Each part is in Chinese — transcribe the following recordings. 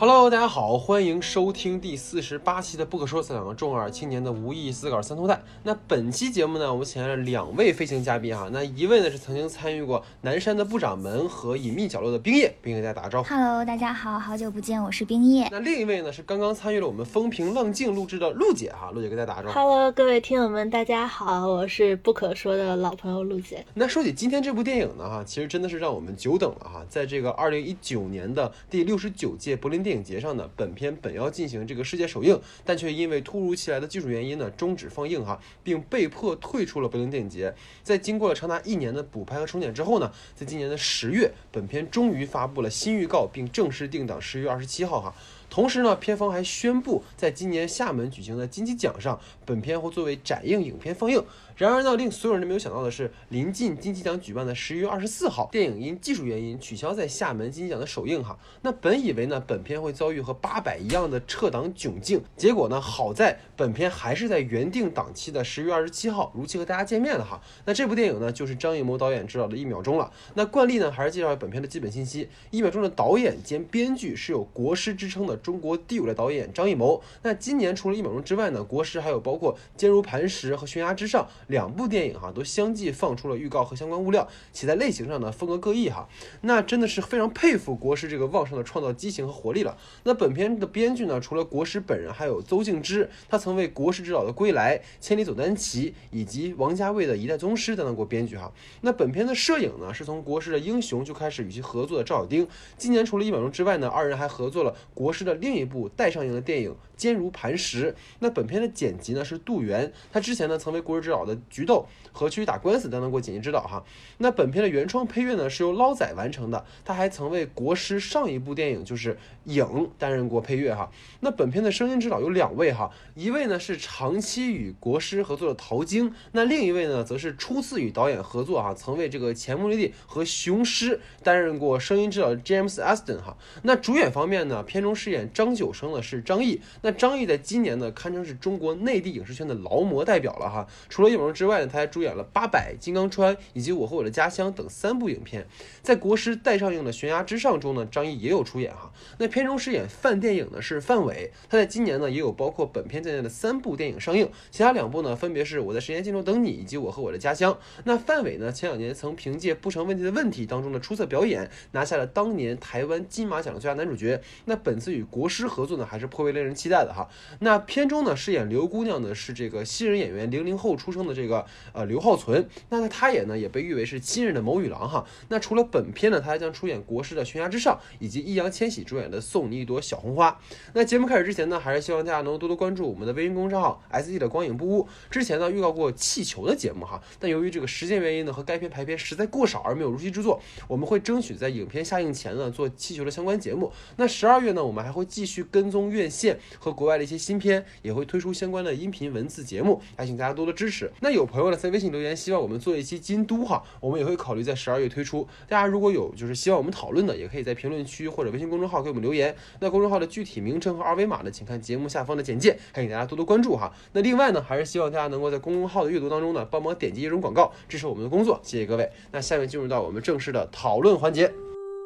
Hello， 大家好，欢迎收听第48期的不可说，两个重耳青年的无意义思考三头带。那本期节目呢，我们请来了两位飞行嘉宾哈。那一位呢是曾经参与过南山的部长们和隐秘角落的冰叶，并给大家打个招呼。 Hello， 大家好，好久不见，我是冰叶。 那另一位呢是刚刚参与了我们风平浪静录制的陆姐哈，陆姐给大家打个招呼。 Hello， 各位听友们，大家好，我是不可说的老朋友陆姐。 那说起今天这部电影呢哈，其实真的是让我们久等了哈。在这个2019年的第69届柏林电影节上呢，本片本要进行这个世界首映，但却因为突如其来的技术原因呢终止放映哈，并被迫退出了柏林电影节。在经过了长达1年的补拍和重剪之后呢，在今年的10月，本片终于发布了新预告，并正式定档10月27号哈。同时呢，片方还宣布，在今年厦门举行的金鸡奖上，本片会作为展映影片放映。然而呢，令所有人都没有想到的是，临近金鸡奖举办的11月20号，电影因技术原因取消在厦门金鸡奖的首映哈。那本以为呢，本片会遭遇和800一样的撤档窘境，结果呢，好在本片还是在原定档期的10月27号如期和大家见面了哈。那这部电影呢，就是张艺谋导演执导的1秒钟了。那惯例呢，还是介绍本片的基本信息。1秒钟的导演兼编剧是有国师之称的中国第5代导演张艺谋。那今年除了1秒钟之外呢，国师还有包括《坚如磐石》和《悬崖之上》2部电影哈，都相继放出了预告和相关物料，且在类型上呢风格各异哈。那真的是非常佩服国师这个旺盛的创造激情和活力了。那本片的编剧呢，除了国师本人，还有邹静之，他曾为国师执导的《归来》、《千里走单骑》以及王家卫的《一代宗师》担当过编剧哈。那本片的摄影呢，是从国师的《英雄》就开始与其合作的赵小丁。今年除了1秒钟之外呢，二人还合作了国师的另一部待上映的电影《坚如磐石》。那本片的剪辑呢是杜源，他之前呢曾为国师执导的《菊豆》和《去打官司》担当过剪辑指导哈。那本片的原创配乐呢是由捞仔完成的，他还曾为国师上一部电影就是《影》担任过配乐哈。那本片的声音指导有2位哈，一位呢是长期与国师合作的陶晶，那另一位呢则是初次与导演合作哈，曾为这个《钱穆雷蒂》和《雄狮》担任过声音指导的 James Aston 哈。那主演方面呢，片中饰演张九生的是张译。那张译在今年呢堪称是中国内地影视圈的劳模代表了哈。除了1秒钟之外呢，他还主演了《800》、《金刚川》以及《我和我的家乡》等3部影片。在国师待上映的《悬崖之上》中呢，张译也有出演哈。那片中饰演范电影呢是范伟，他在今年呢也有包括本片在内的3部电影上映，其他2部呢分别是《我在时间尽头等你》以及《我和我的家乡》。那范伟呢前2年曾凭借《不成问题的问题》当中的出色表演，拿下了当年台湾金马奖的最佳男主角。那本次与国师合作呢，还是颇为令人期待的哈。那片中呢饰演刘姑娘的是这个新人演员00后出生的这个刘浩存，那他也被誉为是今日的谋女郎哈。那除了本片呢，他还将出演国师的《悬崖之上》以及易烊千玺主演的《送你一朵小红花》。那节目开始之前呢，还是希望大家能多多关注我们的微信公众号 ST 的光影不污。之前呢预告过气球的节目哈，但由于这个时间原因呢和该片排片实在过少而没有如期制作，我们会争取在影片下映前呢做气球的相关节目。那12月呢，我们还会继续跟踪院线和国外的一些新片，也会推出相关的音频文字节目，还请大家多多支持。那有朋友呢在微信留言希望我们做一期京都哈，我们也会考虑在12月推出。大家如果有就是希望我们讨论的，也可以在评论区或者微信公众号给我们留言。那公众号的具体名称和二维码呢，请看节目下方的简介，还请大家多多关注哈。那另外呢，还是希望大家能够在公众号的阅读当中呢，帮忙点击一种广告，支持我们的工作，谢谢各位。那下面进入到我们正式的讨论环节。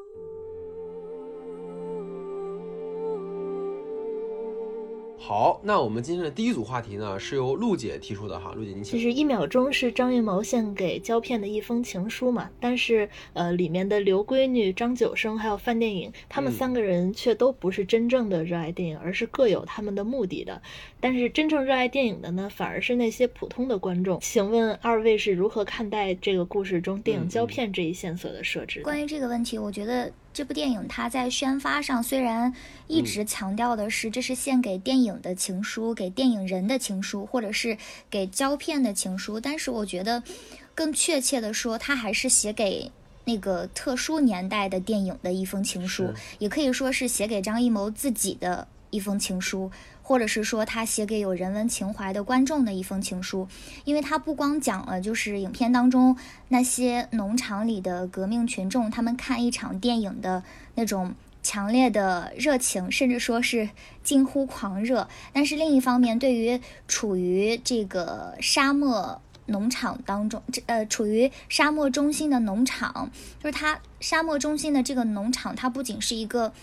好，那我们今天的第一组话题呢，是由陆姐提出的哈。陆姐，您请。 其实1秒钟是张艺谋献给胶片的一封情书嘛，但是里面的刘闺女、张九生还有范电影，他们3个人却都不是真正的热爱电影，而是各有他们的目的的。但是真正热爱电影的呢，反而是那些普通的观众。请问2位是如何看待这个故事中电影胶片这一线索的设置的？ 关于这个问题，我觉得这部电影它在宣发上虽然一直强调的是这是献给电影的情书，给电影人的情书，或者是给胶片的情书，但是我觉得更确切的说，它还是写给那个特殊年代的电影的一封情书，也可以说是写给张艺谋自己的一封情书，或者是说他写给有人文情怀的观众的一封情书。因为他不光讲了就是影片当中那些农场里的革命群众他们看一场电影的那种强烈的热情，甚至说是近乎狂热，但是另一方面，对于处于这个沙漠农场当中，处于沙漠中心的农场，就是它沙漠中心的这个农场，它不仅是一个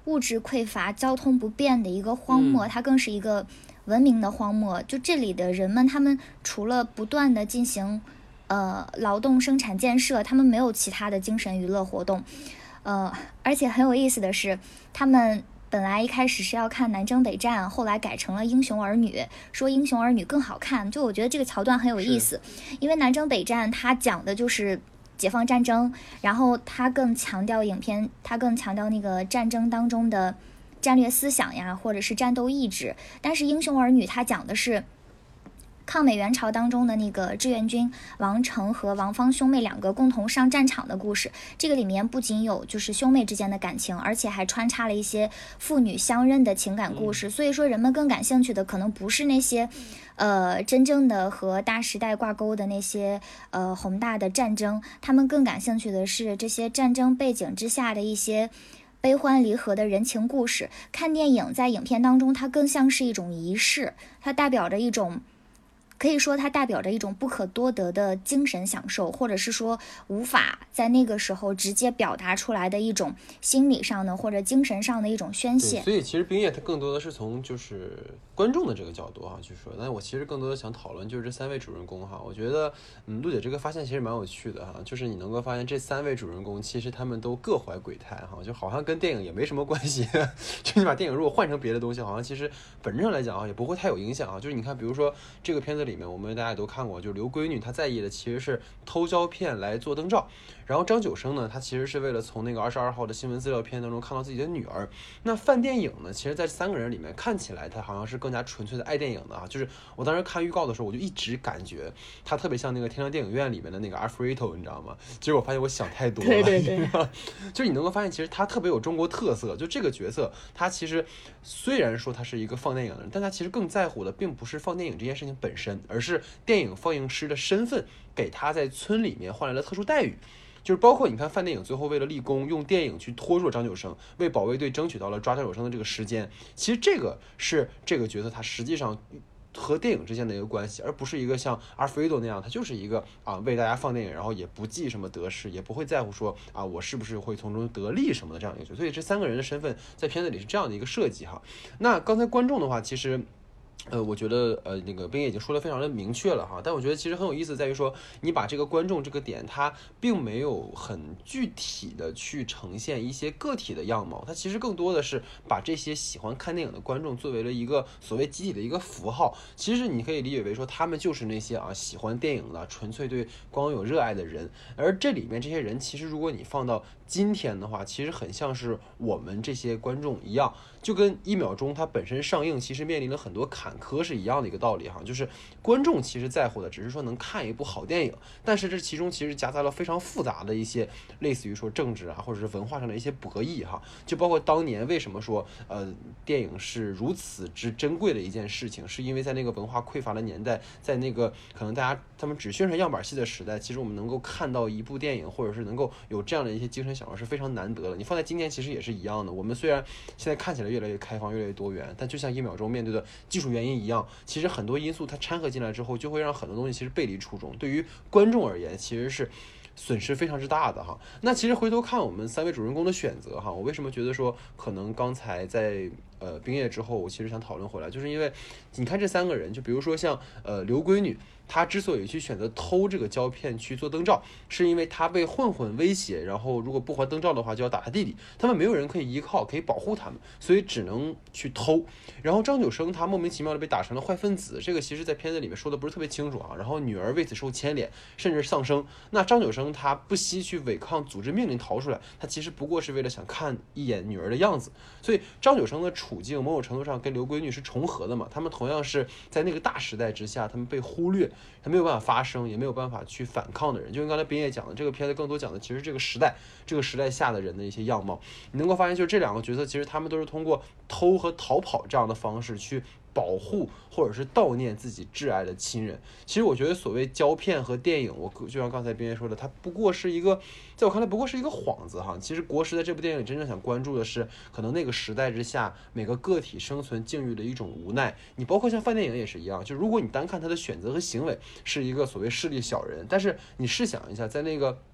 物质匮乏、交通不便的一个荒漠，它更是一个文明的荒漠。就这里的人们，他们除了不断的进行劳动生产建设，他们没有其他的精神娱乐活动。而且很有意思的是，他们本来一开始是要看南征北战，后来改成了英雄儿女，说英雄儿女更好看。就我觉得这个桥段很有意思，因为南征北战它讲的就是解放战争，然后它更强调它更强调那个战争当中的战略思想呀，或者是战斗意志。但是英雄儿女它讲的是抗美援朝当中的那个志愿军王成和王芳兄妹两个共同上战场的故事。这个里面不仅有就是兄妹之间的感情，而且还穿插了一些父女相认的情感故事。所以说人们更感兴趣的可能不是那些真正的和大时代挂钩的那些宏大的战争，他们更感兴趣的是这些战争背景之下的一些悲欢离合的人情故事。看电影在影片当中，它更像是一种仪式，它代表着一种，可以说它代表着一种不可多得的精神享受，或者是说无法在那个时候直接表达出来的一种心理上的或者精神上的一种宣泄。 所以其实冰叶它更多的是从就是观众的这个角度去说，但我其实更多的想讨论就是这3位主人公我觉得陆姐这个发现其实蛮有趣的就是你能够发现这3位主人公其实他们都各怀鬼胎就好像跟电影也没什么关系就你把电影如果换成别的东西，好像其实本质上来讲也不会太有影响就是你看比如说这个片子里面我们大家都看过，就是刘闺女她在意的其实是偷胶片来做灯罩，然后张九生呢他其实是为了从那个22号的新闻资料片当中看到自己的女儿。那范电影呢，其实在3个人里面看起来他好像是更加纯粹的爱电影的就是我当时看预告的时候我就一直感觉他特别像那个天堂电影院里面的那个阿弗瑞头，你知道吗？结果我发现我想太多了。 对就是你能够发现其实他特别有中国特色，就这个角色他其实虽然说他是一个放电影的人，但他其实更在乎的并不是放电影这件事情本身，而是电影放映师的身份给他在村里面换来了特殊待遇。就是包括你看范电影最后为了立功用电影去拖住了张九生，为保卫队争取到了抓张九生的这个时间，其实这个是这个角色他实际上和电影之间的一个关系，而不是一个像阿弗瑞多那样他就是一个为大家放电影，然后也不计什么得失，也不会在乎说我是不是会从中得利什么的这样一个角色。所以这3个人的身份在片子里是这样的一个设计那刚才观众的话其实我觉得那个冰叶已经说得非常的明确了但我觉得其实很有意思在于说，你把这个观众这个点，它并没有很具体的去呈现一些个体的样貌，它其实更多的是把这些喜欢看电影的观众作为了一个所谓集体的一个符号。其实你可以理解为说，他们就是那些喜欢电影的、纯粹对光有热爱的人。而这里面这些人，其实如果你放到今天的话，其实很像是我们这些观众一样，就跟1秒钟它本身上映其实面临了很多坎坷是一样的一个道理就是观众其实在乎的只是说能看一部好电影，但是这其中其实夹杂了非常复杂的一些类似于说政治或者是文化上的一些博弈就包括当年为什么说电影是如此之珍贵的一件事情，是因为在那个文化匮乏的年代，在那个可能他们只宣传样板戏的时代，其实我们能够看到一部电影或者是能够有这样的一些精神享受是非常难得的。你放在今天其实也是一样的，我们虽然现在看起来越来越开放越来越多元，但就像1秒钟面对的技术原因一样，其实很多因素它掺和进来之后，就会让很多东西其实背离初衷，对于观众而言其实是损失非常之大的那其实回头看我们3位主人公的选择我为什么觉得说可能刚才在冰叶之后我其实想讨论回来，就是因为你看这3个人，就比如说像刘闺女，他之所以去选择偷这个胶片去做灯罩，是因为他被混混威胁，然后如果不还灯罩的话就要打他弟弟，他们没有人可以依靠可以保护他们，所以只能去偷。然后张九生他莫名其妙的被打成了坏分子，这个其实在片子里面说的不是特别清楚然后女儿为此受牵连甚至丧生。那张九生他不惜去违抗组织命令逃出来，他其实不过是为了想看一眼女儿的样子。所以张九生的处境某种程度上跟刘闺女是重合的嘛，他们同样是在那个大时代之下，他们被忽略，他没有办法发声，也没有办法去反抗的人。就跟刚才冰叶讲的，这个片子更多讲的其实这个时代下的人的一些样貌。你能够发现，就是这2个角色其实他们都是通过偷和逃跑这样的方式去保护或者是悼念自己挚爱的亲人。其实我觉得所谓胶片和电影，我就像刚才冰叶说的，它不过是一个，在我看来不过是一个幌子其实国师在这部电影里真正想关注的是可能那个时代之下每个个体生存境遇的一种无奈。你包括像范电影也是一样，就如果你单看他的选择和行为是一个所谓势利小人，但是你试想一下，在那个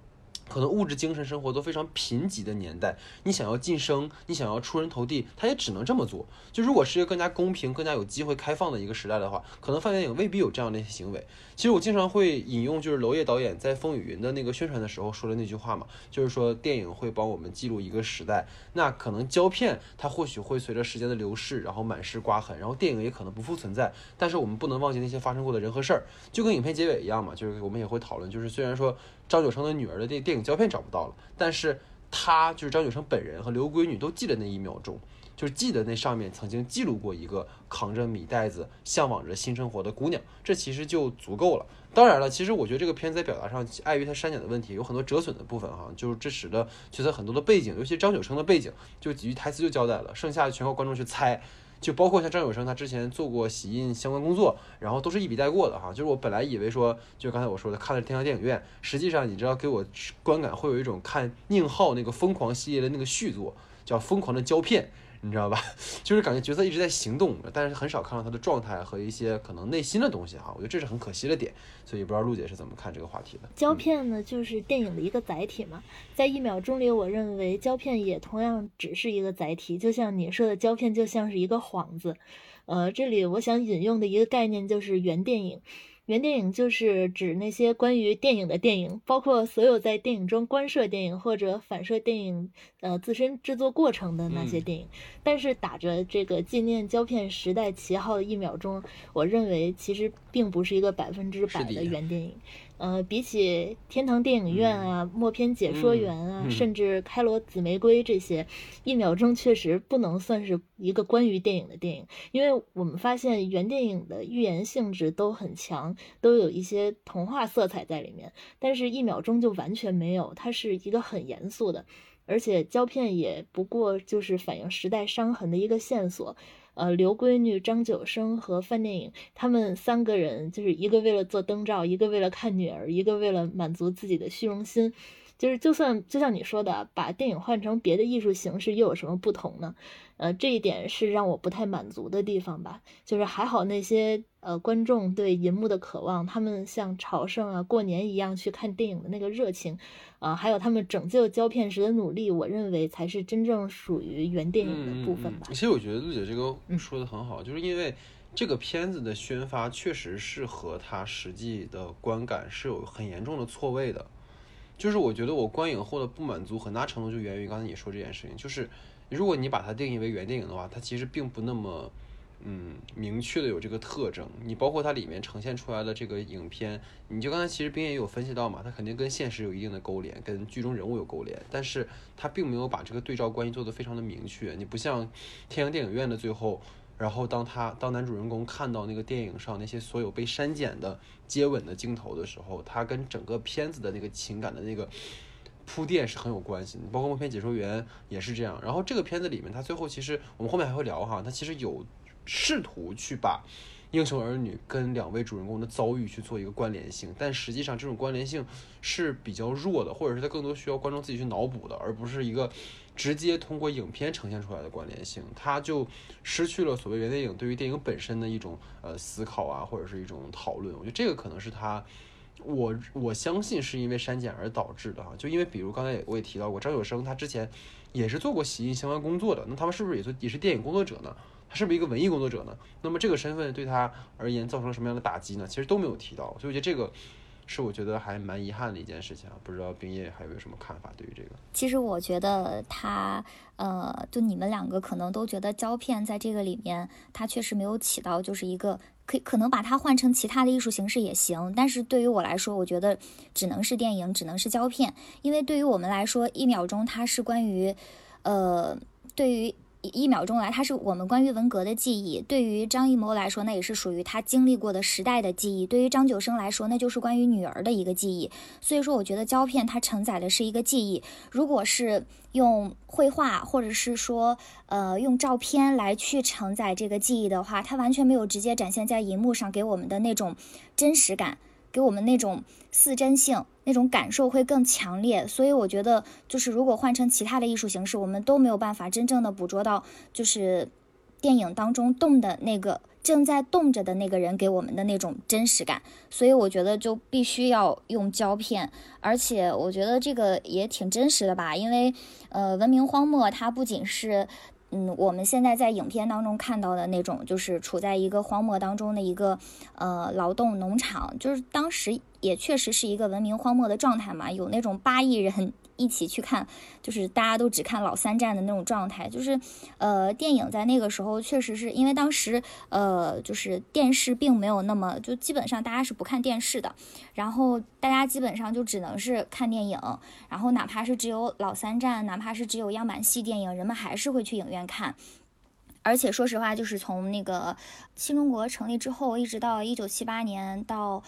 可能物质精神生活都非常贫瘠的年代，你想要晋升，你想要出人头地，他也只能这么做。就如果是一个更加公平、更加有机会开放的一个时代的话，可能范电影未必有这样的一些行为。其实我经常会引用就是娄烨导演在《风雨云》的那个宣传的时候说的那句话嘛，就是说电影会帮我们记录一个时代，那可能胶片它或许会随着时间的流逝，然后满是刮痕，然后电影也可能不复存在，但是我们不能忘记那些发生过的人和事儿，就跟影片结尾一样嘛，就是我们也会讨论，就是虽然说张九生的女儿的电影胶片找不到了，但是他就是张九生本人和刘闺女都记得那1秒钟，就是记得那上面曾经记录过一个扛着米袋子向往着新生活的姑娘，这其实就足够了。当然了，其实我觉得这个片子在表达上碍于它删减的问题有很多折损的部分哈，就是这使得角色很多的背景，尤其张九生的背景就几句台词就交代了，剩下的全靠观众去猜。就包括像张九生他之前做过洗印相关工作，然后都是一笔带过的哈。就是我本来以为说，就刚才我说的看的是天堂电影院，实际上你知道给我观感会有一种看宁浩那个疯狂系列的那个续作叫疯狂的胶片，你知道吧？就是感觉角色一直在行动，但是很少看到他的状态和一些可能内心的东西哈。我觉得这是很可惜的点，所以不知道陆姐是怎么看这个话题的。 胶片呢，就是电影的一个载体嘛，在1秒钟里，我认为胶片也同样只是一个载体，就像你说的，胶片就像是一个幌子。这里我想引用的一个概念就是原电影。原电影就是指那些关于电影的电影，包括所有在电影中关摄电影或者反射电影自身制作过程的那些电影。但是打着这个纪念胶片时代旗号的1秒钟，我认为其实并不是一个100%的原电影。比起天堂电影院啊、默片解说员啊，甚至开罗紫玫瑰这些，1秒钟确实不能算是一个关于电影的电影，因为我们发现原电影的寓言性质都很强，都有一些童话色彩在里面，但是1秒钟就完全没有，它是一个很严肃的，而且胶片也不过就是反映时代伤痕的一个线索。刘闺女、张九生和范电影，他们3个人就是一个为了做灯罩，一个为了看女儿，一个为了满足自己的虚荣心。就像你说的，把电影换成别的艺术形式又有什么不同呢？这一点是让我不太满足的地方吧。就是还好那些观众对银幕的渴望，他们像朝圣啊、过年一样去看电影的那个热情，还有他们拯救胶片时的努力，我认为才是真正属于原电影的部分吧。 其实我觉得陆姐这个说的很好，就是因为这个片子的宣发确实是和它实际的观感是有很严重的错位的。就是我觉得我观影后的不满足很大程度就源于刚才你说这件事情，就是如果你把它定义为原电影的话，它其实并不那么明确的有这个特征。你包括它里面呈现出来的这个影片，你就刚才其实冰也有分析到嘛，它肯定跟现实有一定的勾连，跟剧中人物有勾连，但是它并没有把这个对照关系做得非常的明确。你不像天阳电影院的最后，然后当男主人公看到那个电影上那些所有被删减的接吻的镜头的时候，他跟整个片子的那个情感的那个铺垫是很有关系的，包括默片解说员也是这样。然后这个片子里面，他最后其实我们后面还会聊哈，他其实有试图去把英雄儿女跟2位主人公的遭遇去做一个关联性，但实际上这种关联性是比较弱的，或者是它更多需要观众自己去脑补的，而不是一个直接通过影片呈现出来的关联性。它就失去了所谓原电影对于电影本身的一种思考啊，或者是一种讨论。我觉得这个可能是它我相信是因为删减而导致的哈。就因为比如刚才我也提到过，张九生他之前也是做过洗印相关工作的，那他们是不是也是电影工作者呢？他是不是一个文艺工作者呢？那么这个身份对他而言造成了什么样的打击呢？其实都没有提到，所以我觉得这个是我觉得还蛮遗憾的一件事情啊。不知道冰叶还有什么看法对于这个？ 其实我觉得他就你们2个可能都觉得胶片在这个里面它确实没有起到就是一个可能把它换成其他的艺术形式也行，但是对于我来说，我觉得只能是电影，只能是胶片，因为对于我们来说，1秒钟它是关于对于1秒钟来，它是我们关于文革的记忆；对于张艺谋来说，那也是属于他经历过的时代的记忆；对于张九生来说，那就是关于女儿的一个记忆。所以说，我觉得胶片它承载的是一个记忆。如果是用绘画或者是说用照片来去承载这个记忆的话，它完全没有直接展现在荧幕上给我们的那种真实感，给我们那种似真性，那种感受会更强烈。所以我觉得就是如果换成其他的艺术形式，我们都没有办法真正的捕捉到就是电影当中动的那个正在动着的那个人给我们的那种真实感，所以我觉得就必须要用胶片，而且我觉得这个也挺真实的吧，因为文明荒漠它不仅是我们现在在影片当中看到的那种，就是处在一个荒漠当中的一个劳动农场，就是当时也确实是一个文明荒漠的状态嘛，有那种8亿人一起去看，就是大家都只看老3站的那种状态，就是电影在那个时候确实是因为当时就是电视并没有那么，就基本上大家是不看电视的，然后大家基本上就只能是看电影，然后哪怕是只有老3站，哪怕是只有样板戏电影，人们还是会去影院看。而且说实话，就是从那个新中国成立之后，一直到1978年到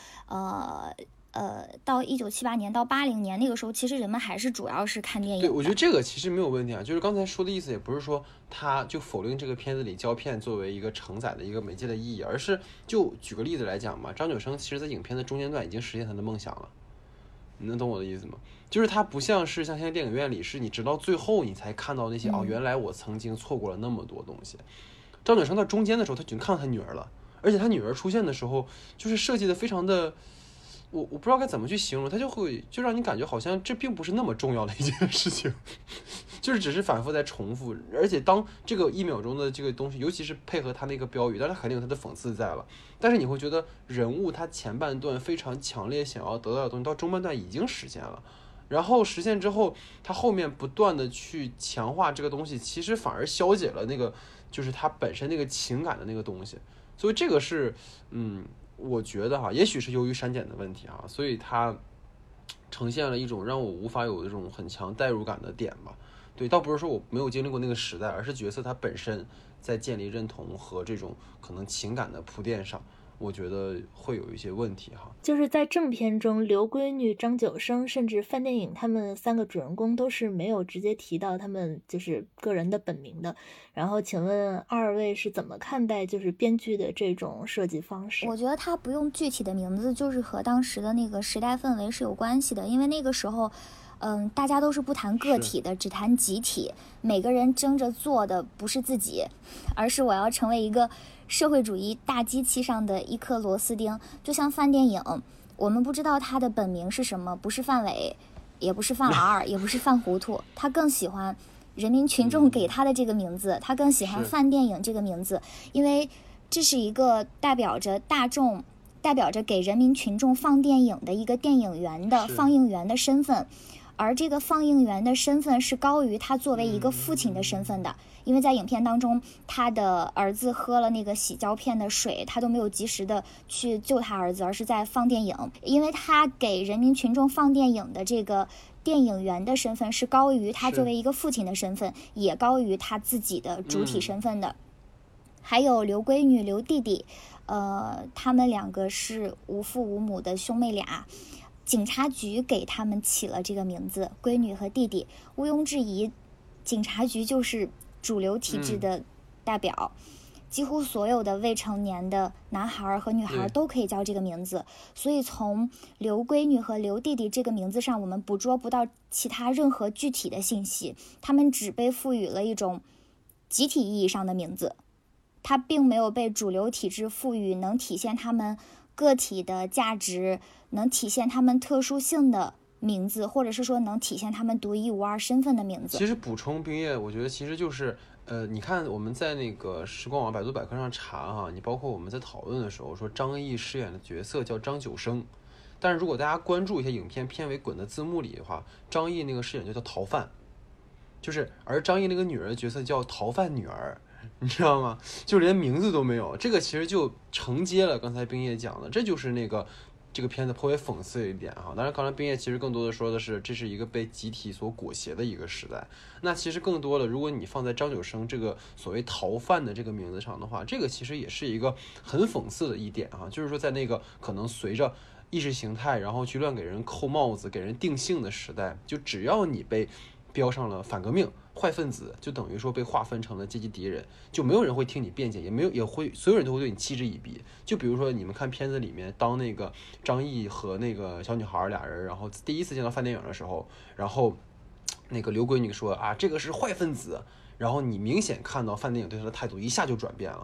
1978年到80年那个时候，其实人们还是主要是看电影。 对，我觉得这个其实没有问题啊，就是刚才说的意思也不是说他就否定这个片子里胶片作为一个承载的一个媒介的意义，而是就举个例子来讲嘛，张九生其实在影片的中间段已经实现他的梦想了，你能懂我的意思吗？就是他不像是像现在电影院里是你直到最后你才看到那些原来我曾经错过了那么多东西。张九生到中间的时候他已经看到他女儿了，而且他女儿出现的时候就是设计的非常的我不知道该怎么去形容，他就让你感觉好像这并不是那么重要的一件事情，就是只是反复在重复，而且当这个1秒钟的这个东西，尤其是配合他那个标语，但是他肯定有他的讽刺在了，但是你会觉得人物他前半段非常强烈想要得到的东西，到中半段已经实现了，然后实现之后，他后面不断的去强化这个东西，其实反而消解了那个就是他本身那个情感的那个东西，所以这个是我觉得也许是由于删减的问题所以它呈现了一种让我无法有这种很强代入感的点吧。对，倒不是说我没有经历过那个时代，而是角色它本身在建立认同和这种可能情感的铺垫上，我觉得会有一些问题就是在正片中，刘闺女、张九生甚至范电影他们3个主人公都是没有直接提到他们就是个人的本名的。然后请问2位是怎么看待就是编剧的这种设计方式？ 我觉得他不用具体的名字，就是和当时的那个时代氛围是有关系的，因为那个时候大家都是不谈个体的，只谈集体，每个人争着做的不是自己，而是我要成为一个社会主义大机器上的一颗螺丝钉。就像范电影，我们不知道他的本名是什么，不是范伟，也不是范老二，也不是范糊涂，他更喜欢人民群众给他的这个名字，他更喜欢范电影这个名字，因为这是一个代表着大众，代表着给人民群众放电影的一个电影员的放映员的身份，而这个放映员的身份是高于他作为一个父亲的身份的，因为在影片当中，他的儿子喝了那个洗胶片的水，他都没有及时的去救他儿子，而是在放电影，因为他给人民群众放电影的这个电影员的身份是高于他作为一个父亲的身份，也高于他自己的主体身份的。还有刘闺女、刘弟弟，他们2个是无父无母的兄妹俩。警察局给他们起了这个名字，闺女和弟弟，毋庸置疑，警察局就是主流体制的代表，几乎所有的未成年的男孩和女孩都可以叫这个名字，所以从刘闺女和刘弟弟这个名字上，我们捕捉不到其他任何具体的信息，他们只被赋予了一种集体意义上的名字，它并没有被主流体制赋予能体现他们个体的价值，能体现他们特殊性的名字，或者是说能体现他们独一无二身份的名字。 其实补充冰叶，我觉得其实就是你看我们在那个时光网百度百科上查你包括我们在讨论的时候说张译饰演的角色叫张九生，但是如果大家关注一下影片片尾滚的字幕里的话，张译那个饰演就叫逃犯，就是而张译那个女儿的角色叫逃犯女儿，你知道吗？就连名字都没有，这个其实就承接了刚才冰叶讲的，这就是那个这个片子颇为讽刺的一点当然刚才冰叶其实更多的说的是这是一个被集体所裹挟的一个时代，那其实更多的如果你放在张九生这个所谓逃犯的这个名字上的话，这个其实也是一个很讽刺的一点就是说在那个可能随着意识形态然后去乱给人扣帽子给人定性的时代，就只要你被标上了反革命坏分子，就等于说被划分成了阶级敌人，就没有人会听你辩解，也会所有人都会对你嗤之以鼻。就比如说你们看片子里面，当那个张译和那个小女孩俩人，然后第一次见到范电影的时候，然后那个刘闺女说这个是坏分子，然后你明显看到范电影对他的态度一下就转变了，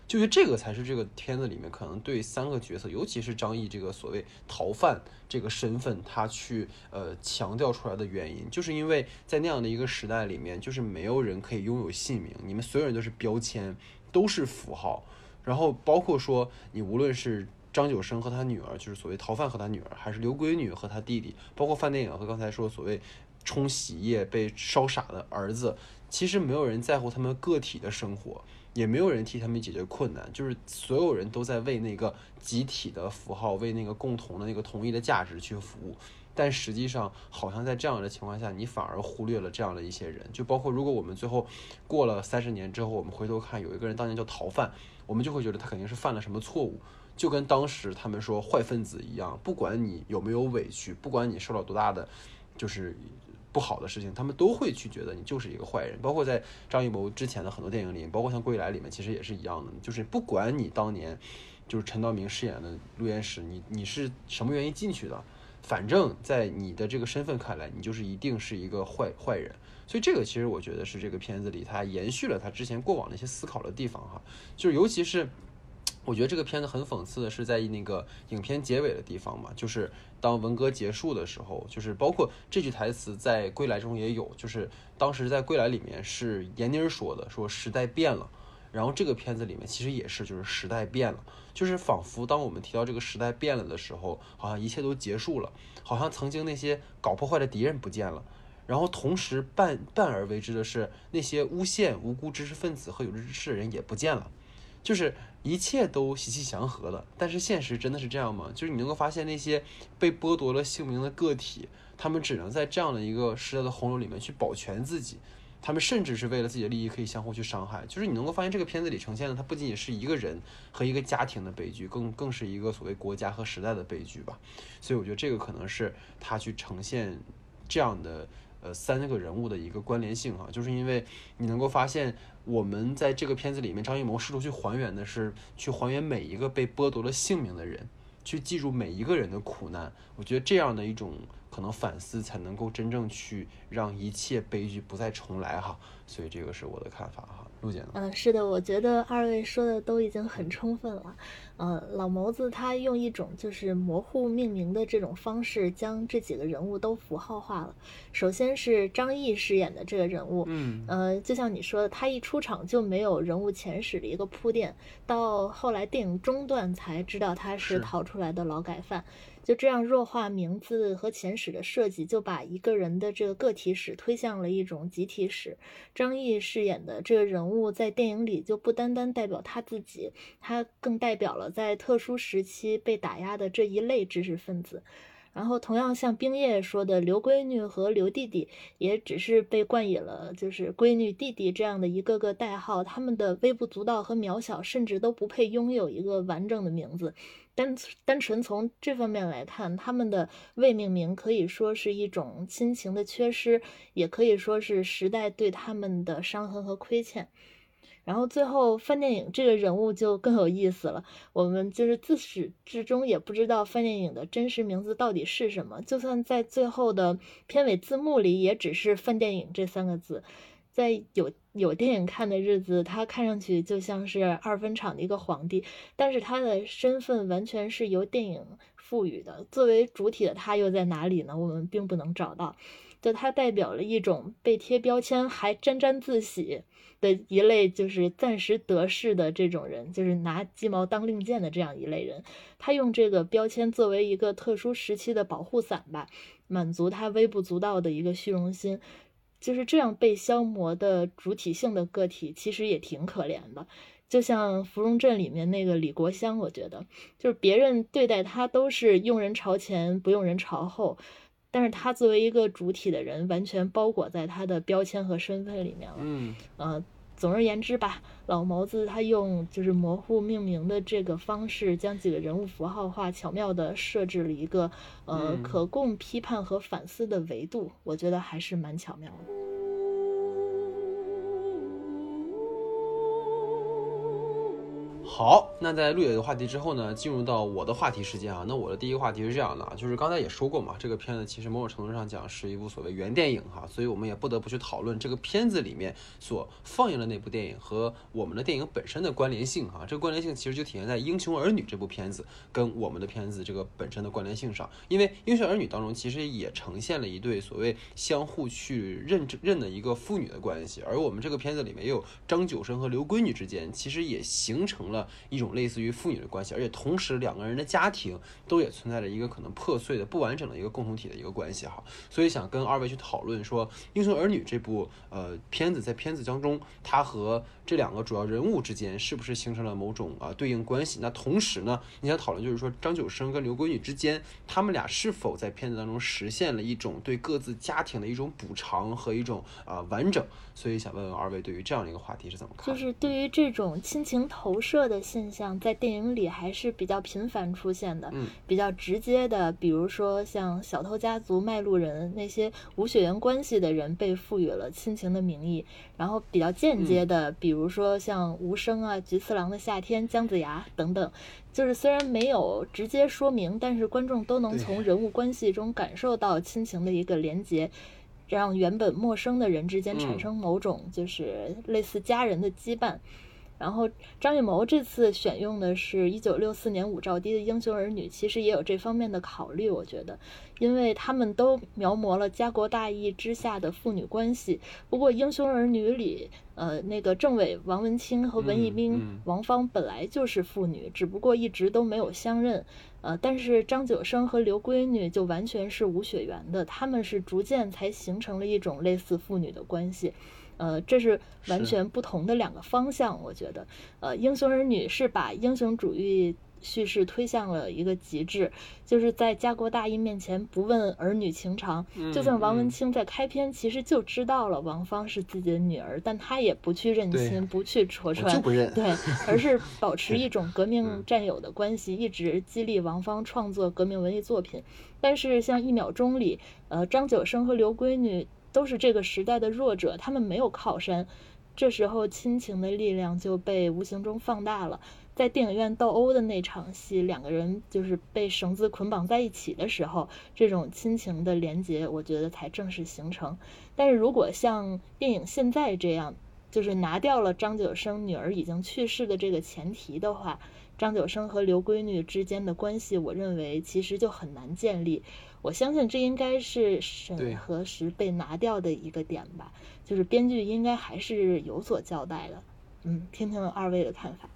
就觉得这个才是这个片子里面可能对3个角色，尤其是张译这个所谓逃犯这个身份，他去强调出来的原因，就是因为在那样的一个时代里面，就是没有人可以拥有姓名，你们所有人都是标签，都是符号，然后包括说你无论是张九生和他女儿，就是所谓逃犯和他女儿，还是刘闺女和他弟弟，包括范电影和刚才说所谓冲洗液被烧傻的儿子，其实没有人在乎他们个体的生活，也没有人替他们解决困难，就是所有人都在为那个集体的符号，为那个共同的那个统一的价值去服务。但实际上好像在这样的情况下，你反而忽略了这样的一些人，就包括如果我们最后过了30年之后，我们回头看有一个人当年叫逃犯，我们就会觉得他肯定是犯了什么错误，就跟当时他们说坏分子一样，不管你有没有委屈，不管你受到多大的就是不好的事情，他们都会去觉得你就是一个坏人。包括在张艺谋之前的很多电影里，包括像《归来》里面，其实也是一样的，就是不管你当年就是陈道明饰演的陆彦史，你是什么原因进去的，反正在你的这个身份看来，你就是一定是一个坏人。所以这个其实我觉得是这个片子里他延续了他之前过往的一些思考的地方哈，就是尤其是我觉得这个片子很讽刺的是在那个影片结尾的地方嘛，就是当文革结束的时候，就是包括这句台词在《归来》中也有，就是当时在《归来》里面是闫妮说的，说时代变了，然后这个片子里面其实也是，就是时代变了，就是仿佛当我们提到这个时代变了的时候，好像一切都结束了，好像曾经那些搞破坏的敌人不见了，然后同时半而为之的是那些诬陷无辜知识分子和有志之士的人也不见了，就是一切都喜气祥和了。但是现实真的是这样吗？就是你能够发现那些被剥夺了姓名的个体，他们只能在这样的一个时代的洪流里面去保全自己，他们甚至是为了自己的利益可以相互去伤害。就是你能够发现这个片子里呈现的，它不仅仅是一个人和一个家庭的悲剧，更是一个所谓国家和时代的悲剧吧。所以我觉得这个可能是他去呈现这样的3个人物的一个关联性哈，就是因为你能够发现我们在这个片子里面，张艺谋试图去还原的是去还原每一个被剥夺了性命的人，去记住每一个人的苦难。我觉得这样的一种可能反思才能够真正去让一切悲剧不再重来哈。所以这个是我的看法哈。陆姐呢？ 是的，我觉得2位说的都已经很充分了。老谋子他用一种就是模糊命名的这种方式，将这几个人物都符号化了。首先是张译饰演的这个人物，就像你说的，他一出场就没有人物前史的一个铺垫，到后来电影中段才知道他是逃出来的劳改犯。就这样弱化名字和前史的设计，就把一个人的这个个体史推向了一种集体史。张译饰演的这个人物在电影里就不单单代表他自己，他更代表了在特殊时期被打压的这一类知识分子。然后同样像冰叶说的，刘闺女和刘弟弟也只是被冠以了就是闺女弟弟这样的一个个代号，他们的微不足道和渺小甚至都不配拥有一个完整的名字。单纯从这方面来看，他们的未命名可以说是一种亲情的缺失，也可以说是时代对他们的伤痕和亏欠。然后最后范电影这个人物就更有意思了，我们就是自始至终也不知道范电影的真实名字到底是什么，就算在最后的片尾字幕里也只是范电影这3个字。在有电影看的日子，他看上去就像是2分场的一个皇帝，但是他的身份完全是由电影赋予的，作为主体的他又在哪里呢？我们并不能找到。就他代表了一种被贴标签还沾沾自喜的一类，就是暂时得势的这种人，就是拿鸡毛当令箭的这样一类人。他用这个标签作为一个特殊时期的保护伞吧，满足他微不足道的一个虚荣心。就是这样被消磨的主体性的个体其实也挺可怜的，就像《芙蓉镇》里面那个李国香，我觉得就是别人对待他都是用人朝前不用人朝后，但是他作为一个主体的人完全包裹在他的标签和身份里面了。总而言之吧，老谋子他用就是模糊命名的这个方式，将几个人物符号化，巧妙地设置了一个可供批判和反思的维度，我觉得还是蛮巧妙的。 好，那在陆野的话题之后呢，进入到我的话题时间啊。那我的第一个话题是这样的，就是刚才也说过嘛，这个片子其实某种程度上讲是一部所谓原电影哈，所以我们也不得不去讨论这个片子里面所放映的那部电影和我们的电影本身的关联性哈。这个关联性其实就体现在《英雄儿女》这部片子跟我们的片子这个本身的关联性上，因为《英雄儿女》当中其实也呈现了一对所谓相互去认的一个父女的关系，而我们这个片子里面也有张九生和刘闺女之间其实也形成了一种类似于父女的关系，而且同时两个人的家庭都也存在着一个可能破碎的不完整的一个共同体的一个关系哈。所以想跟二位去讨论说《英雄儿女》这部片子在片子当中它和这两个主要人物之间是不是形成了某种对应关系，那同时呢你想讨论就是说张九生跟刘闺女之间他们俩是否在片子当中实现了一种对各自家庭的一种补偿和一种完整，所以想问问二位对于这样的一个话题是怎么看？ 就是对于这种亲情投射的现象在电影里还是比较频繁出现的，比较直接的比如说像小偷家族、卖路人那些无血缘关系的人被赋予了亲情的名义，然后比较间接的比如说像无声啊、菊次郎的夏天、姜子牙等等，就是虽然没有直接说明，但是观众都能从人物关系中感受到亲情的一个连结，让原本陌生的人之间产生某种就是类似家人的羁绊。然后张艺谋这次选用的是1964年伍兆迪的《英雄儿女》，其实也有这方面的考虑，我觉得，因为他们都描摹了家国大义之下的父女关系。不过《英雄儿女》里，那个政委王文清和文艺兵王芳本来就是父女，只不过一直都没有相认。但是张九生和刘闺女就完全是无血缘的，他们是逐渐才形成了一种类似父女的关系。这是完全不同的两个方向，我觉得。英雄儿女是把英雄主义叙事推向了一个极致，就是在家国大义面前不问儿女情长。就算王文清在开篇其实就知道了王芳是自己的女儿，但他也不去认亲，不去戳穿， 就不认， 对，而是保持一种革命战友的关系，一直激励王芳创作革命文艺作品。但是像1秒钟里，张九生和刘闺女都是这个时代的弱者，他们没有靠山，这时候亲情的力量就被无形中放大了。在电影院斗殴的那场戏，两个人就是被绳子捆绑在一起的时候，这种亲情的连结我觉得才正式形成。但是如果像电影现在这样，就是拿掉了张九生女儿已经去世的这个前提的话，张九生和刘闺女之间的关系我认为其实就很难建立。我相信这应该是审核时被拿掉的一个点吧，就是编剧应该还是有所交代的。听听二位的看法。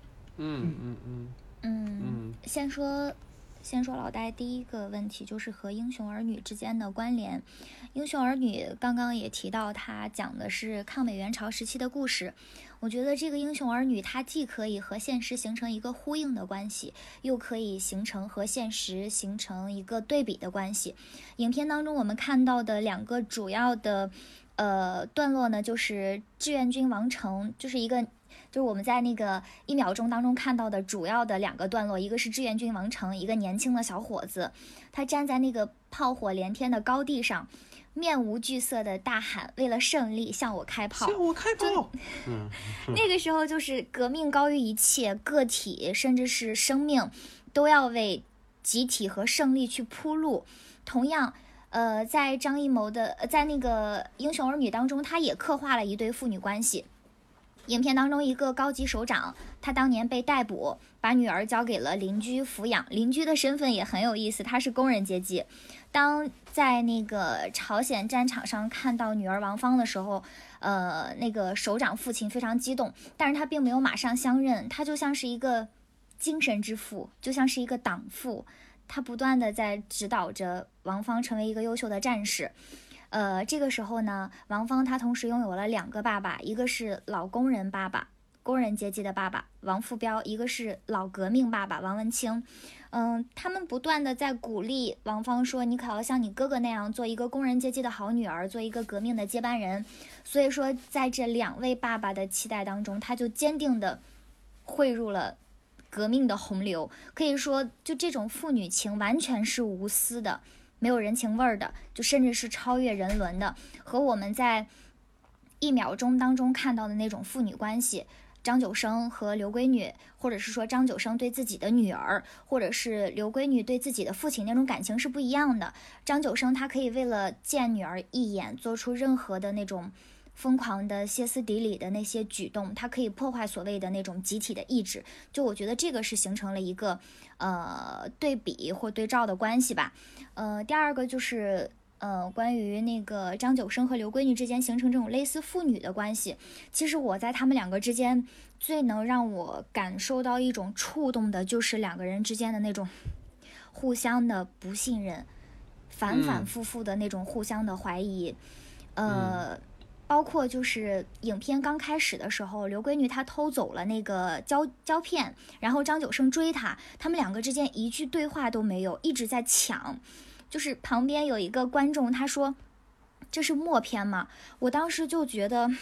先说老戴第一个问题，就是和英雄儿女之间的关联。英雄儿女刚刚也提到，它讲的是抗美援朝时期的故事。我觉得这个英雄儿女它既可以和现实形成一个呼应的关系，又可以形成和现实形成一个对比的关系。影片当中我们看到的两个主要的段落呢，就是志愿军王成，就是我们在那个1秒钟当中看到的主要的两个段落，一个是志愿军王成，一个年轻的小伙子，他站在那个炮火连天的高地上，面无惧色的大喊：“为了胜利，向我开炮！” 向我开炮！ 那个时候就是革命高于一切，个体甚至是生命都要为集体和胜利去铺路。同样，在张艺谋的在那个《英雄儿女》当中，他也刻画了一对父女关系。影片当中一个高级首长，他当年被逮捕，把女儿交给了邻居抚养。邻居的身份也很有意思，他是工人阶级。当在那个朝鲜战场上看到女儿王芳的时候，那个首长父亲非常激动，但是他并没有马上相认，他就像是一个精神之父，就像是一个党父，他不断的在指导着王芳成为一个优秀的战士。这个时候呢，王芳她同时拥有了两个爸爸，一个是老工人爸爸，工人阶级的爸爸王富彪，一个是老革命爸爸王文清。他们不断的在鼓励王芳说，你可要像你哥哥那样做一个工人阶级的好女儿，做一个革命的接班人。所以说在这两位爸爸的期待当中，他就坚定的汇入了革命的洪流。可以说就这种父女情完全是无私的，没有人情味儿的，就甚至是超越人伦的，和我们在1秒钟当中看到的那种父女关系张九生和刘闺女，或者是说张九生对自己的女儿，或者是刘闺女对自己的父亲那种感情是不一样的。张九生他可以为了见女儿一眼做出任何的那种疯狂的歇斯底里的那些举动，他可以破坏所谓的那种集体的意志。就我觉得这个是形成了一个对比或对照的关系吧。第二个就是关于那个张九生和刘闺女之间形成这种类似父女的关系，其实我在他们两个之间最能让我感受到一种触动的，就是两个人之间的那种互相的不信任，反反复复的那种互相的怀疑。包括就是影片刚开始的时候，刘闺女她偷走了那个胶片，然后张九生追她，他们两个之间一句对话都没有，一直在抢。就是旁边有一个观众他说这是默片吗？我当时就觉得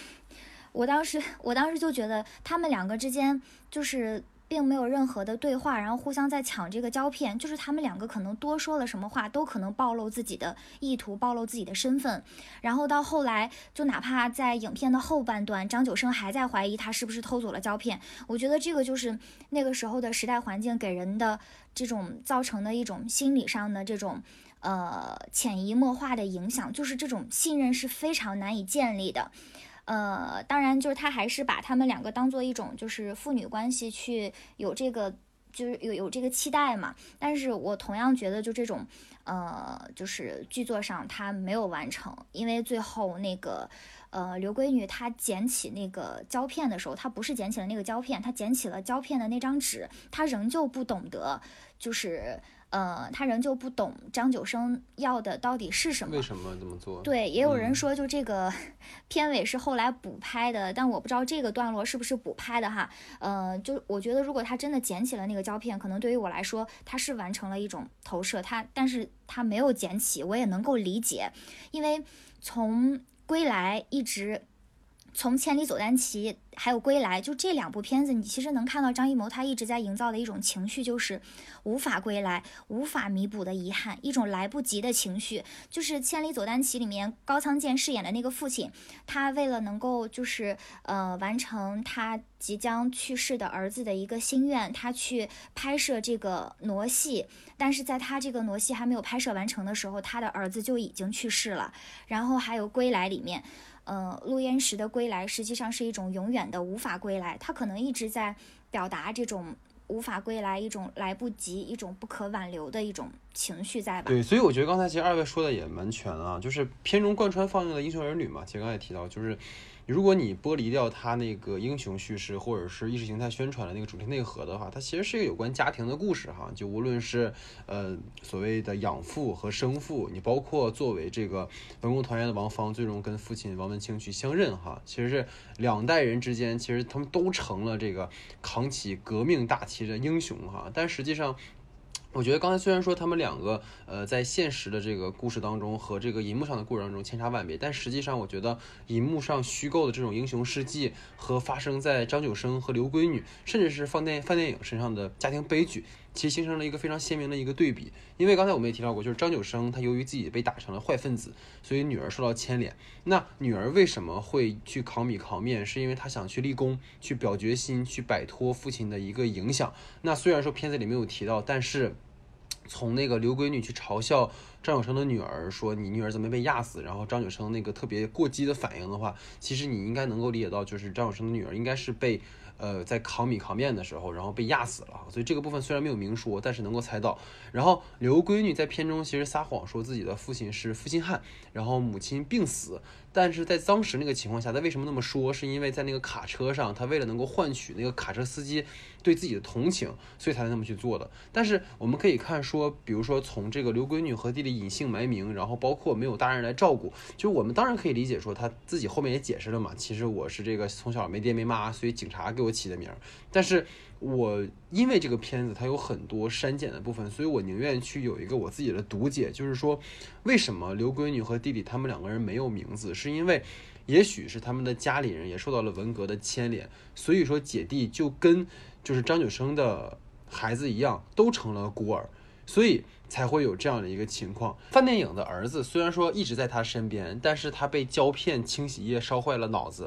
他们两个之间就是并没有任何的对话，然后互相在抢这个胶片，就是他们两个可能多说了什么话都可能暴露自己的意图，暴露自己的身份。然后到后来就哪怕在影片的后半段，张九生还在怀疑他是不是偷走了胶片，我觉得这个就是那个时候的时代环境给人的这种造成的一种心理上的这种潜移默化的影响，就是这种信任是非常难以建立的。当然就是他还是把他们两个当做一种就是父女关系去有这个就是有这个期待嘛，但是我同样觉得就这种就是剧作上他没有完成，因为最后那个刘闺女她捡起那个胶片的时候，她不是捡起了那个胶片，她捡起了胶片的那张纸，她仍旧不懂得就是他仍旧不懂张九生要的到底是什么， 为什么这么做？ 对，也有人说就这个片尾是后来补拍的，但我不知道这个段落是不是补拍的哈。就我觉得如果他真的捡起了那个胶片，可能对于我来说他是完成了一种投射，但是他没有捡起，我也能够理解，因为从归来一直。从千里走单骑还有归来，就这两部片子你其实能看到张艺谋他一直在营造的一种情绪，就是无法归来，无法弥补的遗憾，一种来不及的情绪。就是千里走单骑里面高仓健饰演的那个父亲，他为了能够就是完成他即将去世的儿子的一个心愿，他去拍摄这个傩戏，但是在他这个傩戏还没有拍摄完成的时候，他的儿子就已经去世了。然后还有归来里面陆焉识的归来实际上是一种永远的无法归来，他可能一直在表达这种无法归来，一种来不及，一种不可挽留的一种情绪在吧。 对，所以我觉得刚才其实二位说的也蛮全啊，就是片中贯穿放映的英雄儿女嘛，其实刚才也提到，就是如果你剥离掉它那个英雄叙事或者是意识形态宣传的那个主题内核的话，它其实是一个有关家庭的故事哈。就无论是所谓的养父和生父，你包括作为这个文工团员的王芳，最终跟父亲王文清去相认哈，其实是两代人之间，其实他们都成了这个扛起革命大旗的英雄哈。但实际上我觉得刚才虽然说他们两个在现实的这个故事当中和这个银幕上的故事当中千差万别，但实际上我觉得银幕上虚构的这种英雄事迹和发生在张九生和刘闺女甚至是范电影身上的家庭悲剧，其实形成了一个非常鲜明的一个对比。因为刚才我们也提到过，就是张九生他由于自己被打成了坏分子，所以女儿受到牵连。那女儿为什么会去扛米扛面，是因为她想去立功，去表决心，去摆脱父亲的一个影响。那虽然说片子里没有提到，但是从那个刘闺女去嘲笑张九生的女儿说你女儿怎么被压死，然后张九生那个特别过激的反应的话，其实你应该能够理解到，就是张九生的女儿应该是被在扛米扛面的时候然后被压死了，所以这个部分虽然没有明说，但是能够猜到。然后刘闺女在片中其实撒谎说自己的父亲是负心汉，然后母亲病死，但是在当时那个情况下，他为什么那么说，是因为在那个卡车上，他为了能够换取那个卡车司机对自己的同情，所以才那么去做的。但是我们可以看说，比如说从这个刘闺女和弟弟隐姓埋名，然后包括没有大人来照顾，就我们当然可以理解说他自己后面也解释了嘛，其实我是这个从小没爹没妈，所以警察给我起的名。但是我因为这个片子它有很多删减的部分，所以我宁愿去有一个我自己的读解，就是说为什么刘闺女和弟弟他们两个人没有名字，是因为也许是他们的家里人也受到了文革的牵连，所以说姐弟就跟就是张九生的孩子一样都成了孤儿，所以才会有这样的一个情况。范电影的儿子虽然说一直在他身边，但是他被胶片清洗液烧坏了脑子，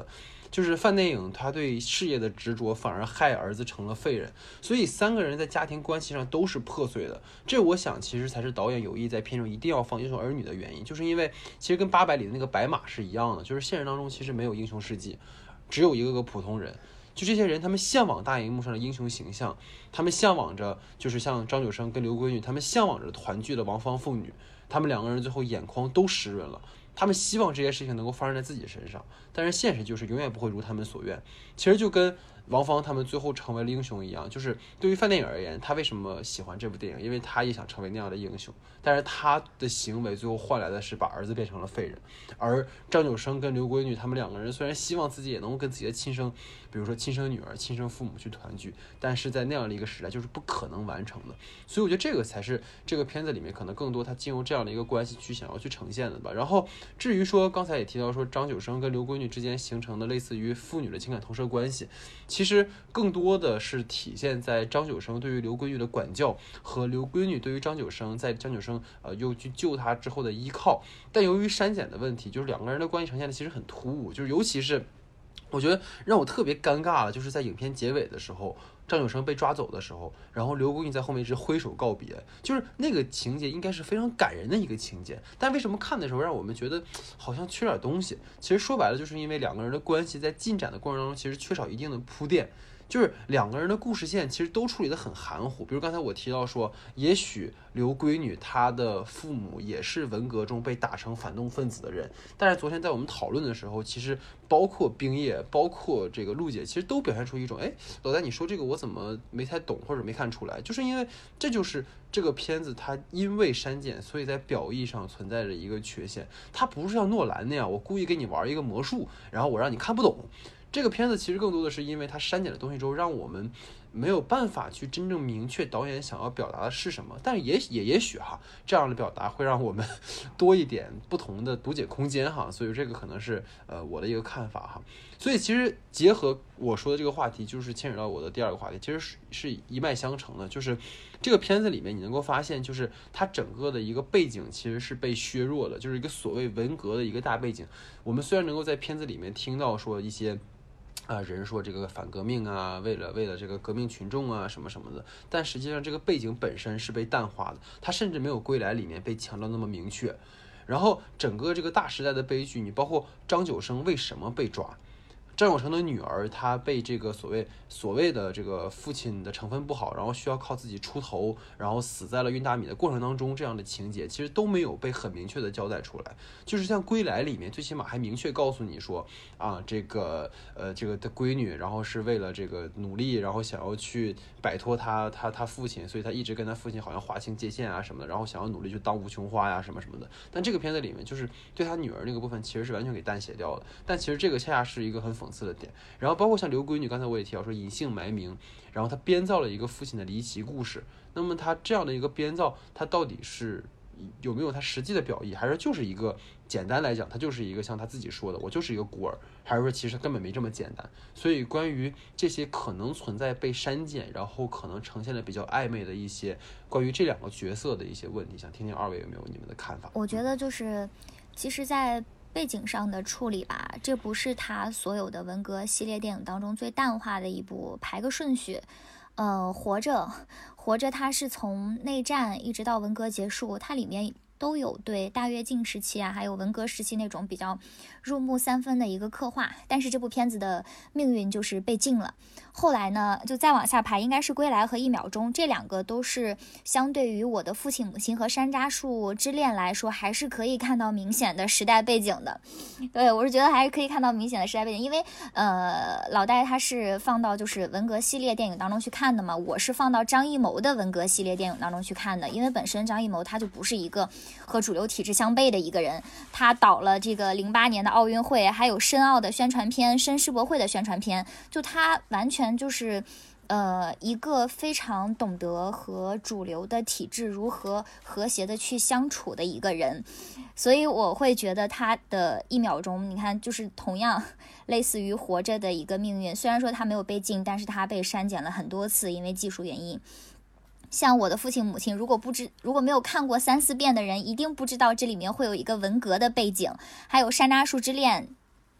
就是范电影他对事业的执着反而害儿子成了废人，所以三个人在家庭关系上都是破碎的。这我想其实才是导演有意在片中一定要放英雄儿女的原因，就是因为其实跟800里的那个白马是一样的，就是现实当中其实没有英雄事迹，只有一个个普通人。就这些人，他们向往大荧幕上的英雄形象，他们向往着就是像张九生跟刘闺女，他们向往着团聚的王芳父女，他们两个人最后眼眶都湿润了。他们希望这些事情能够发生在自己身上，但是现实就是永远不会如他们所愿。其实就跟王芳他们最后成为了英雄一样，就是对于范电影而言，他为什么喜欢这部电影？因为他也想成为那样的英雄，但是他的行为最后换来的是把儿子变成了废人。而张九生跟刘闺女他们两个人虽然希望自己也能够跟自己的亲生，比如说亲生女儿、亲生父母去团聚，但是在那样的一个时代就是不可能完成的。所以我觉得这个才是这个片子里面可能更多他进入这样的一个关系去想要去呈现的吧。然后至于说刚才也提到说张九生跟刘闺女之间形成的类似于父女的情感投射关系，其实更多的是体现在张九生对于刘闺女的管教和刘闺女对于张九生在张九生又去救他之后的依靠。但由于删减的问题，就是两个人的关系呈现的其实很突兀，就是尤其是我觉得让我特别尴尬的就是在影片结尾的时候，张九生被抓走的时候，然后刘闺女在后面一直挥手告别，就是那个情节应该是非常感人的一个情节，但为什么看的时候让我们觉得好像缺点东西？其实说白了就是因为两个人的关系在进展的过程当中其实缺少一定的铺垫，就是两个人的故事线其实都处理得很含糊。比如刚才我提到说，也许刘闺女她的父母也是文革中被打成反动分子的人，但是昨天在我们讨论的时候，其实包括冰叶，包括这个陆姐，其实都表现出一种，哎，老戴你说这个我怎么没太懂或者没看出来，就是因为这就是这个片子它因为删减，所以在表意上存在着一个缺陷。它不是像诺兰那样，我故意给你玩一个魔术，然后我让你看不懂。这个片子其实更多的是因为它删减的东西之后，让我们没有办法去真正明确导演想要表达的是什么，但是也许哈，这样的表达会让我们多一点不同的读解空间哈，所以这个可能是我的一个看法哈。所以其实结合我说的这个话题，就是牵扯到我的第二个话题，其实是一脉相承的，就是这个片子里面你能够发现，就是它整个的一个背景其实是被削弱的，就是一个所谓文革的一个大背景。我们虽然能够在片子里面听到说一些人说这个反革命啊，为了这个革命群众啊什么什么的，但实际上这个背景本身是被淡化的，它甚至没有归来里面被强调那么明确。然后整个这个大时代的悲剧，你包括张九生为什么被抓，张九成的女儿她被这个所谓的这个父亲的成分不好，然后需要靠自己出头，然后死在了运大米的过程当中，这样的情节其实都没有被很明确的交代出来。就是像归来里面最起码还明确告诉你说这个的闺女然后是为了这个努力，然后想要去摆脱他父亲，所以他一直跟他父亲好像划清界限啊什么的，然后想要努力去当吴琼花呀什么什么的。但这个片子里面就是对他女儿那个部分其实是完全给淡写掉了，但其实这个恰恰是一个很讽刺的点。然后包括像刘闺女，刚才我也提到说隐姓埋名，然后他编造了一个父亲的离奇故事。那么他这样的一个编造，他到底是有没有他实际的表意，还是就是一个简单来讲，他就是一个像他自己说的，我就是一个孤儿，还是说其实根本没这么简单？所以关于这些可能存在被删减，然后可能呈现的比较暧昧的一些关于这两个角色的一些问题，想听听二位有没有你们的看法？ 我觉得就是其实在背景上的处理吧，这不是他所有的文革系列电影当中最淡化的一部。排个顺序，活着它是从内战一直到文革结束，它里面都有对大跃进时期啊，还有文革时期那种比较入木三分的一个刻画。但是这部片子的命运就是被禁了。后来呢，就再往下排，应该是归来和一秒钟，这两个都是相对于我的父亲母亲和山楂树之恋来说，还是可以看到明显的时代背景的。对，我是觉得还是可以看到明显的时代背景，因为老戴他是放到就是文革系列电影当中去看的嘛，我是放到张艺谋的文革系列电影当中去看的，因为本身张艺谋他就不是一个和主流体制相悖的一个人，他导了这个08年的奥运会，还有申奥的宣传片、申世博会的宣传片，就他完全就是一个非常懂得和主流的体制如何和谐的去相处的一个人。所以我会觉得他的一秒钟，你看就是同样类似于活着的一个命运，虽然说他没有被禁，但是他被删减了很多次，因为技术原因。像我的父亲母亲，如果没有看过3-4遍的人，一定不知道这里面会有一个文革的背景，还有山楂树之恋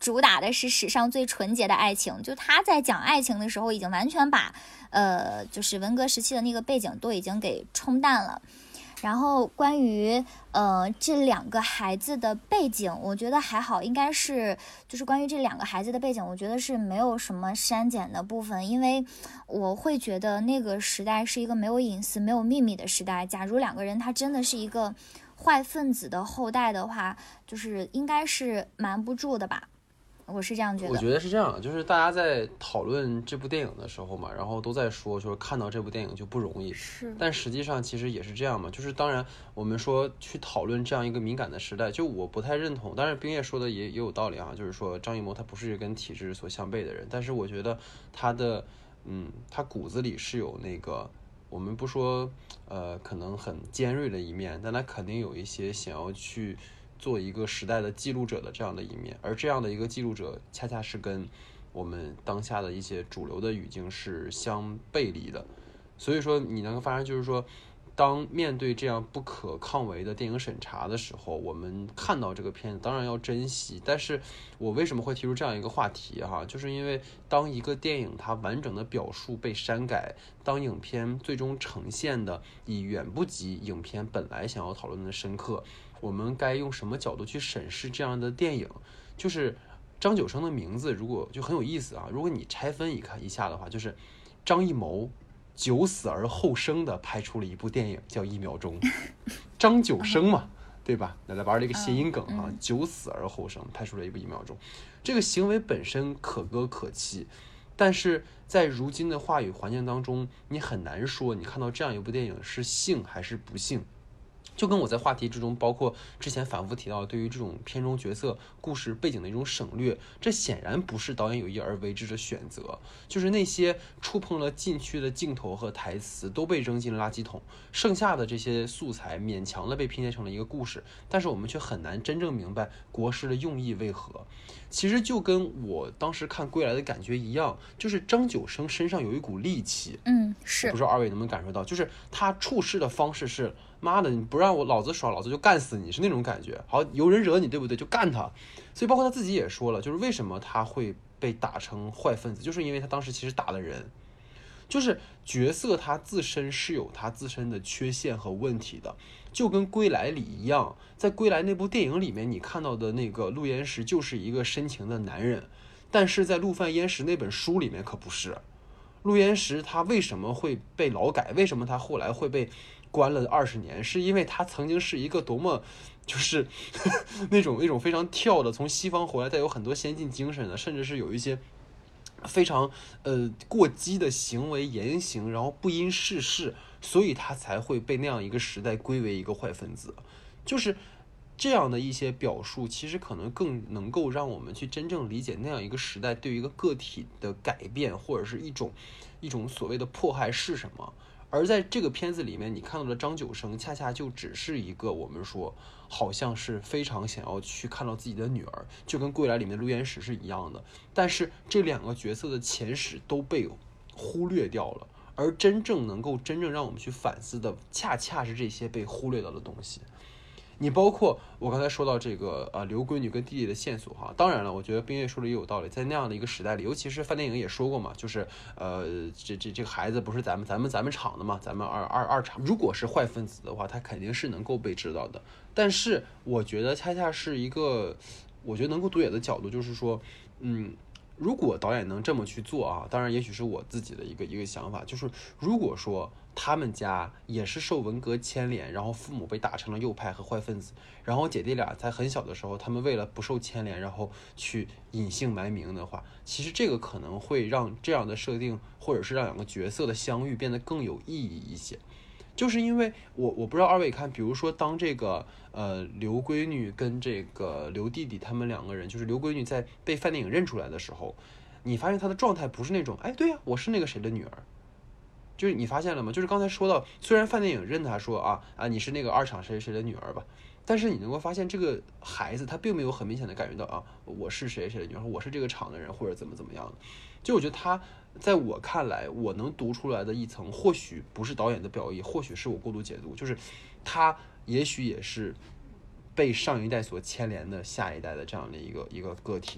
主打的是史上最纯洁的爱情，就他在讲爱情的时候，已经完全把就是文革时期的那个背景都已经给冲淡了。然后关于这两个孩子的背景，我觉得还好，应该是就是关于这两个孩子的背景，我觉得是没有什么删减的部分，因为我会觉得那个时代是一个没有隐私、没有秘密的时代。假如两个人他真的是一个坏分子的后代的话，就是应该是瞒不住的吧。我是这样觉得。 我觉得是这样，就是大家在讨论这部电影的时候嘛，然后都在说，就是看到这部电影就不容易。 是。 但实际上其实也是这样嘛，就是当然我们说去讨论这样一个敏感的时代，就我不太认同。当然冰叶说的也有道理啊，就是说张艺谋他不是跟体制所相悖的人，但是我觉得他的他骨子里是有那个。我们不说可能很尖锐的一面，但他肯定有一些想要去做一个时代的记录者的这样的一面，而这样的一个记录者恰恰是跟我们当下的一些主流的语境是相背离的。所以说你能够发现，就是说当面对这样不可抗为的电影审查的时候，我们看到这个片子当然要珍惜。但是我为什么会提出这样一个话题哈，就是因为当一个电影它完整的表述被删改，当影片最终呈现的远不及影片本来想要讨论的深刻，我们该用什么角度去审视这样的电影？就是张九生的名字如果就很有意思啊，如果你拆分一下的话，就是张艺谋九死而后生的拍出了一部电影叫《1秒钟》，张九生嘛，对吧？来玩这个谐音梗啊，九死而后生拍出了一部《1秒钟》，这个行为本身可歌可泣，但是在如今的话语环境当中，你很难说你看到这样一部电影是幸还是不幸。就跟我在话题之中，包括之前反复提到对于这种片中角色故事背景的一种省略，这显然不是导演有意而为之的选择，就是那些触碰了禁区的镜头和台词都被扔进了垃圾桶，剩下的这些素材勉强的被拼接成了一个故事，但是我们却很难真正明白国师的用意为何。其实就跟我当时看归来的感觉一样，就是张九生身上有一股戾气， 是， 我不知道二位能不能感受到，就是他处事的方式是妈的，你不让我老子爽，老子就干死你，是那种感觉。好，有人惹你，对不对？就干他。所以包括他自己也说了，就是为什么他会被打成坏分子，就是因为他当时其实打了人。就是角色他自身是有他自身的缺陷和问题的，就跟归来里一样，在归来那部电影里面你看到的那个陆焉识就是一个深情的男人，但是在陆犯焉识那本书里面可不是。陆焉识他为什么会被劳改，为什么他后来会被关了20年，是因为他曾经是一个多么就是那种非常跳的，从西方回来带有很多先进精神的，甚至是有一些非常过激的行为言行，然后不因世事，所以他才会被那样一个时代归为一个坏分子。就是这样的一些表述，其实可能更能够让我们去真正理解那样一个时代对于一个个体的改变，或者是一种所谓的迫害是什么。而在这个片子里面，你看到的张九生恰恰就只是一个我们说好像是非常想要去看到自己的女儿，就跟归来里面陆焉识是一样的，但是这两个角色的前史都被忽略掉了，而真正让我们去反思的恰恰是这些被忽略到的东西。你包括我刚才说到这个刘闺女跟弟弟的线索哈，当然了，我觉得冰月说的也有道理，在那样的一个时代里，尤其是范电影也说过嘛，就是这个孩子不是咱们厂的嘛，咱们二厂，如果是坏分子的话，他肯定是能够被知道的。但是我觉得恰恰是一个，我觉得能够读演的角度，就是说，如果导演能这么去做啊，当然也许是我自己的一个想法，就是如果说他们家也是受文革牵连，然后父母被打成了右派和坏分子，然后姐弟俩在很小的时候，他们为了不受牵连，然后去隐姓埋名的话，其实这个可能会让这样的设定，或者是让两个角色的相遇变得更有意义一些。就是因为我不知道二位看，比如说当这个刘闺女跟这个刘弟弟他们两个人，就是刘闺女在被范电影认出来的时候，你发现她的状态不是那种哎对呀，我是那个谁的女儿，就是你发现了吗？就是刚才说到，虽然范电影认她说啊你是那个二厂谁谁的女儿吧，但是你能够发现这个孩子他并没有很明显的感觉到啊我是谁谁的女儿，我是这个厂的人或者怎么样的。就我觉得他在我看来，我能读出来的一层，或许不是导演的表意，或许是我过度解读，就是他也许也是被上一代所牵连的下一代的这样的一个个体。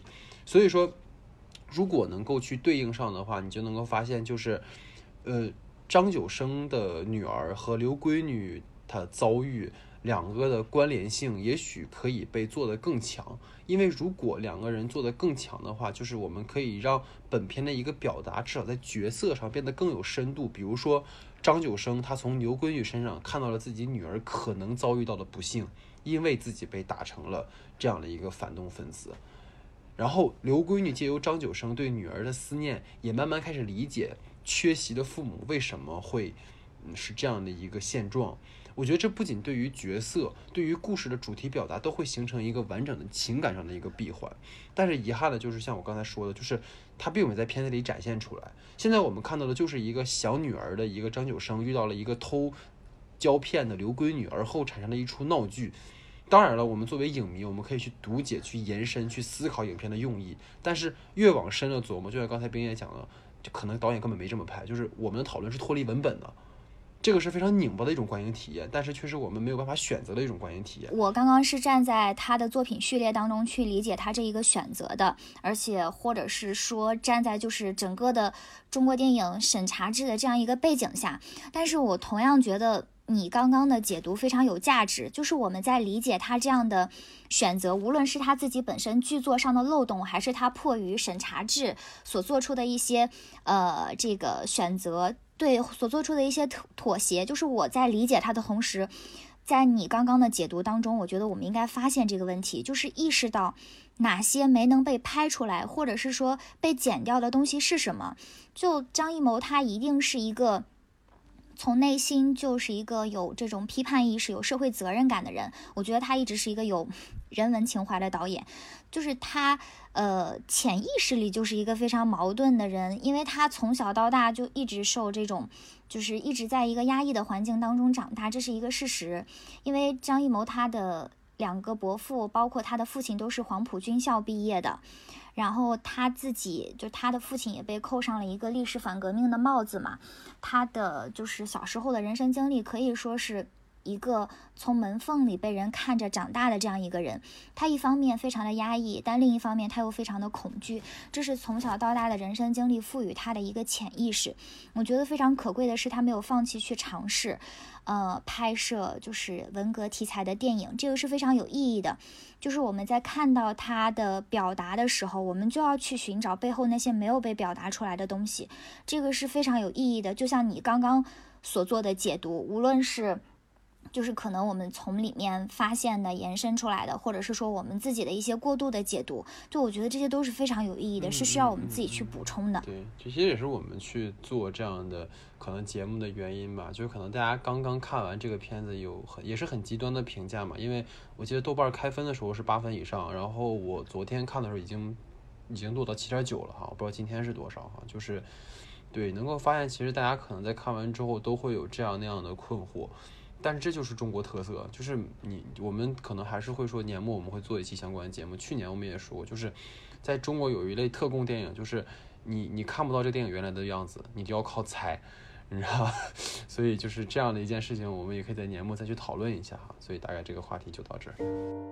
所以说如果能够去对应上的话，你就能够发现就是张九生的女儿和刘闺女她遭遇两个的关联性也许可以被做得更强，因为如果两个人做得更强的话，就是我们可以让本片的一个表达至少在角色上变得更有深度。比如说张九生他从刘闺女身上看到了自己女儿可能遭遇到的不幸，因为自己被打成了这样的一个反动分子，然后刘闺女借由张九生对女儿的思念，也慢慢开始理解缺席的父母为什么会是这样的一个现状。我觉得这不仅对于角色，对于故事的主题表达都会形成一个完整的情感上的一个闭环。但是遗憾的就是像我刚才说的，就是它并没有在片子里展现出来。现在我们看到的就是一个小女儿的一个张九生遇到了一个偷胶片的刘闺女，而后产生了一出闹剧。当然了，我们作为影迷，我们可以去读解、去延伸、去思考影片的用意，但是越往深了琢磨，就像刚才冰叶讲的，就可能导演根本没这么拍，就是我们的讨论是脱离文本的，这个是非常拧巴的一种观影体验，但是却是我们没有办法选择的一种观影体验。 我刚刚是站在他的作品序列当中去理解他这一个选择的，而且或者是说站在就是整个的中国电影审查制的这样一个背景下，但是我同样觉得你刚刚的解读非常有价值，就是我们在理解他这样的选择，无论是他自己本身剧作上的漏洞，还是他迫于审查制所做出的一些这个选择，对所做出的一些妥协，就是我在理解他的同时，在你刚刚的解读当中，我觉得我们应该发现这个问题，就是意识到哪些没能被拍出来，或者是说被剪掉的东西是什么。就张艺谋他一定是一个从内心就是一个有这种批判意识、有社会责任感的人，我觉得他一直是一个有人文情怀的导演，就是他潜意识里就是一个非常矛盾的人，因为他从小到大就一直受这种就是一直在一个压抑的环境当中长大，这是一个事实。因为张艺谋他的两个伯父，包括他的父亲都是黄埔军校毕业的，然后他自己就他的父亲也被扣上了一个历史反革命的帽子嘛，他的就是小时候的人生经历可以说是一个从门缝里被人看着长大的这样一个人，他一方面非常的压抑，但另一方面他又非常的恐惧，这是从小到大的人生经历赋予他的一个潜意识。我觉得非常可贵的是他没有放弃去尝试拍摄就是文革题材的电影，这个是非常有意义的。就是我们在看到他的表达的时候，我们就要去寻找背后那些没有被表达出来的东西，这个是非常有意义的。就像你刚刚所做的解读，无论是就是可能我们从里面发现的延伸出来的，或者是说我们自己的一些过度的解读，就我觉得这些都是非常有意义的，是需要我们自己去补充的。 对，这些也是我们去做这样的可能节目的原因吧，就是可能大家刚刚看完这个片子也是很极端的评价嘛，因为我记得豆瓣开分的时候是8分以上，然后我昨天看的时候已经落到7.9了哈，我不知道今天是多少哈，就是对，能够发现其实大家可能在看完之后都会有这样那样的困惑。但是这就是中国特色，就是我们可能还是会说年末我们会做一期相关的节目。去年我们也说过，就是在中国有一类特供电影，就是你看不到这电影原来的样子，你就要靠猜，你知道吧？所以就是这样的一件事情，我们也可以在年末再去讨论一下哈。所以大概这个话题就到这儿。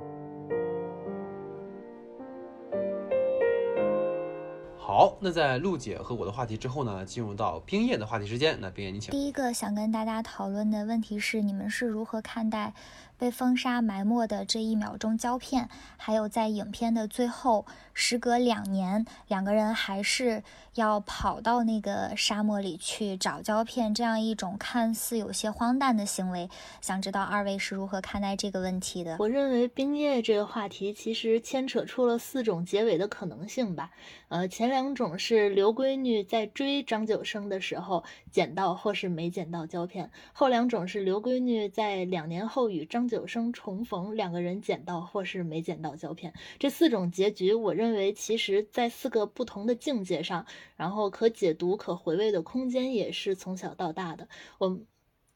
好，那在陆姐和我的话题之后呢，进入到冰叶的话题时间。那冰叶你请。 第一个想跟大家讨论的问题是，你们是如何看待被风沙埋没的这1秒钟胶片，还有在影片的最后，时隔2年，两个人还是要跑到那个沙漠里去找胶片，这样一种看似有些荒诞的行为，想知道二位是如何看待这个问题的？ 我认为冰叶这个话题其实牵扯出了4种结尾的可能性吧。前2种是刘闺女在追张九生的时候捡到或是没捡到胶片，后2种是刘闺女在2年后与张九生重逢，两个人捡到或是没捡到胶片。这4种结局，我认为其实在4个不同的境界上，然后可解读、可回味的空间也是从小到大的。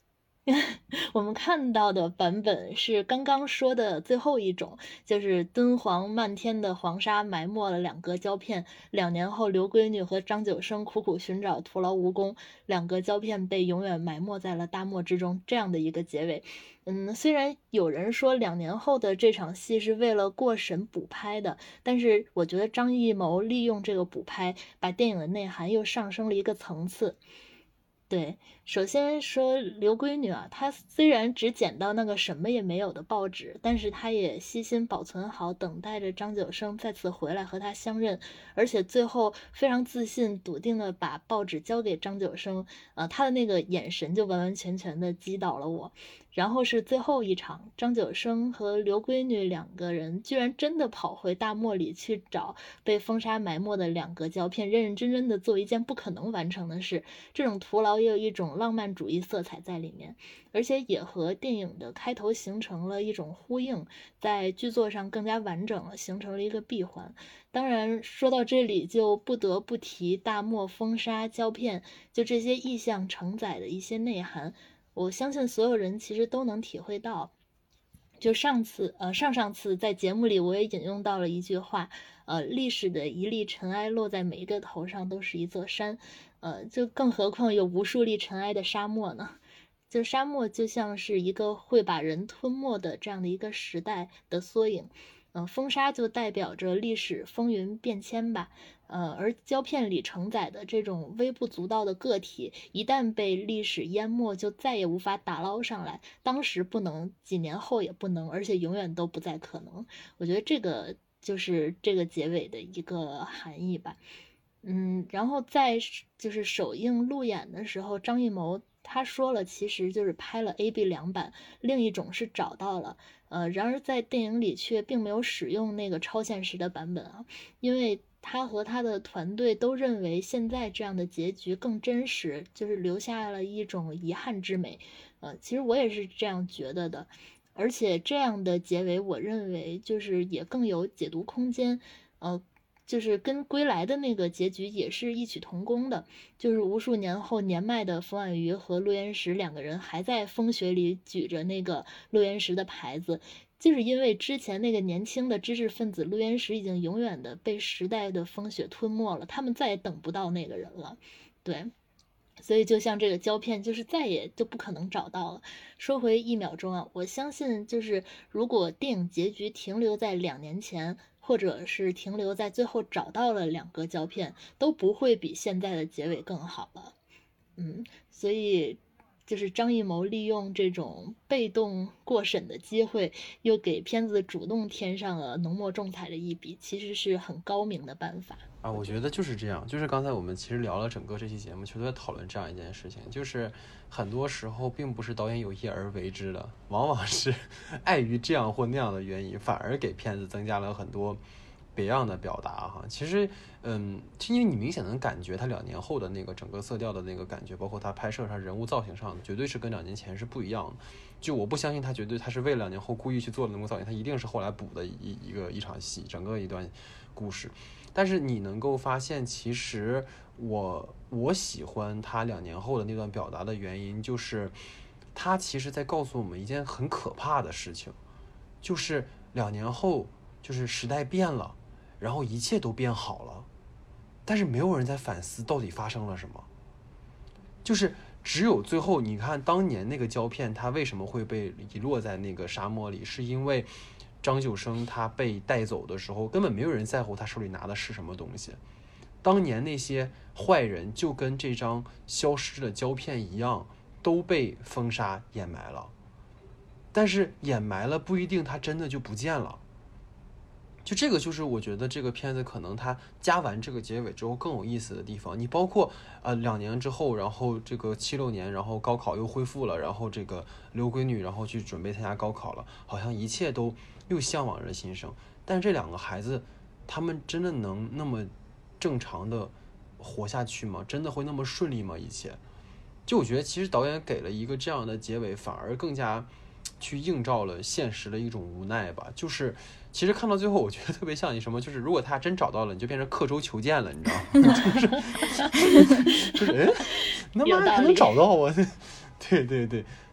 我们看到的版本是刚刚说的最后一种，就是敦煌漫天的黄沙埋没了两个胶片，2年后刘闺女和张九生苦苦寻找，徒劳无功，两个胶片被永远埋没在了大漠之中，这样的一个结尾。虽然有人说2年后的这场戏是为了过审补拍的，但是我觉得张艺谋利用这个补拍，把电影的内涵又上升了一个层次。对，首先说刘闺女啊，她虽然只捡到那个什么也没有的报纸，但是她也悉心保存好，等待着张九生再次回来和她相认，而且最后非常自信笃定的把报纸交给张九生，她的那个眼神就完完全全的击倒了我。然后是最后一场，张九生和刘闺女两个人居然真的跑回大漠里去找被风沙埋没的两个胶片，认认真真的做一件不可能完成的事，这种徒劳也有一种浪漫主义色彩在里面，而且也和电影的开头形成了一种呼应，在剧作上更加完整了，形成了一个闭环。当然说到这里就不得不提大漠风沙胶片，就这些意象承载的一些内涵，我相信所有人其实都能体会到。就上次在节目里我也引用到了一句话，历史的一粒尘埃落在每一个头上都是一座山，就更何况有无数粒尘埃的沙漠呢？就沙漠就像是一个会把人吞没的这样的一个时代的缩影，风沙就代表着历史风云变迁吧。而胶片里承载的这种微不足道的个体，一旦被历史淹没，就再也无法打捞上来。当时不能，几年后也不能，而且永远都不再可能。我觉得这个就是这个结尾的一个含义吧。然后在就是首映路演的时候，张艺谋他说了，其实就是拍了 A、B 2版，另一种是找到了。然而在电影里却并没有使用那个超现实的版本啊，因为他和他的团队都认为现在这样的结局更真实，就是留下了一种遗憾之美。其实我也是这样觉得的，而且这样的结尾，我认为就是也更有解读空间。就是跟归来的那个结局也是异曲同工的，就是无数年后年迈的冯婉瑜和陆焉识两个人还在风雪里举着那个陆焉识的牌子，就是因为之前那个年轻的知识分子陆焉识已经永远的被时代的风雪吞没了，他们再也等不到那个人了。对，所以就像这个胶片就是再也就不可能找到了。说回1秒钟啊，我相信就是如果电影结局停留在2年前，或者是停留在最后找到了2个胶片，都不会比现在的结尾更好了。所以就是张艺谋利用这种被动过审的机会，又给片子主动添上了浓墨重彩的一笔，其实是很高明的办法啊。我觉得就是这样，就是刚才我们其实聊了整个这期节目，其实都在讨论这样一件事情，就是很多时候并不是导演有意而为之的，往往是碍于这样或那样的原因，反而给片子增加了很多别样的表达哈。其实因为你明显能感觉他2年后的那个整个色调的那个感觉，包括他拍摄上人物造型上，绝对是跟2年前是不一样的。就我不相信他是为了2年后故意去做的人物造型，他一定是后来补的一场戏，整个一段故事。但是你能够发现，其实我喜欢他2年后的那段表达的原因，就是他其实在告诉我们一件很可怕的事情，就是2年后就是时代变了，然后一切都变好了，但是没有人在反思到底发生了什么。就是只有最后你看当年那个胶片它为什么会被遗落在那个沙漠里，是因为张九生他被带走的时候根本没有人在乎他手里拿的是什么东西，当年那些坏人就跟这张消失的胶片一样，都被风沙掩埋了，但是掩埋了不一定它真的就不见了。就这个就是我觉得这个片子可能它加完这个结尾之后更有意思的地方。你包括2年之后，然后这个76年，然后高考又恢复了，然后这个刘闺女然后去准备参加高考了，好像一切都又向往着新生。但是这2个孩子他们真的能那么正常的活下去吗？真的会那么顺利吗？一切就我觉得其实导演给了一个这样的结尾，反而更加去映照了现实的一种无奈吧。就是其实看到最后我觉得特别像你什么，就是如果他真找到了，你就变成刻舟求剑了，你知道吗？就是那妈还能找到我？对对对，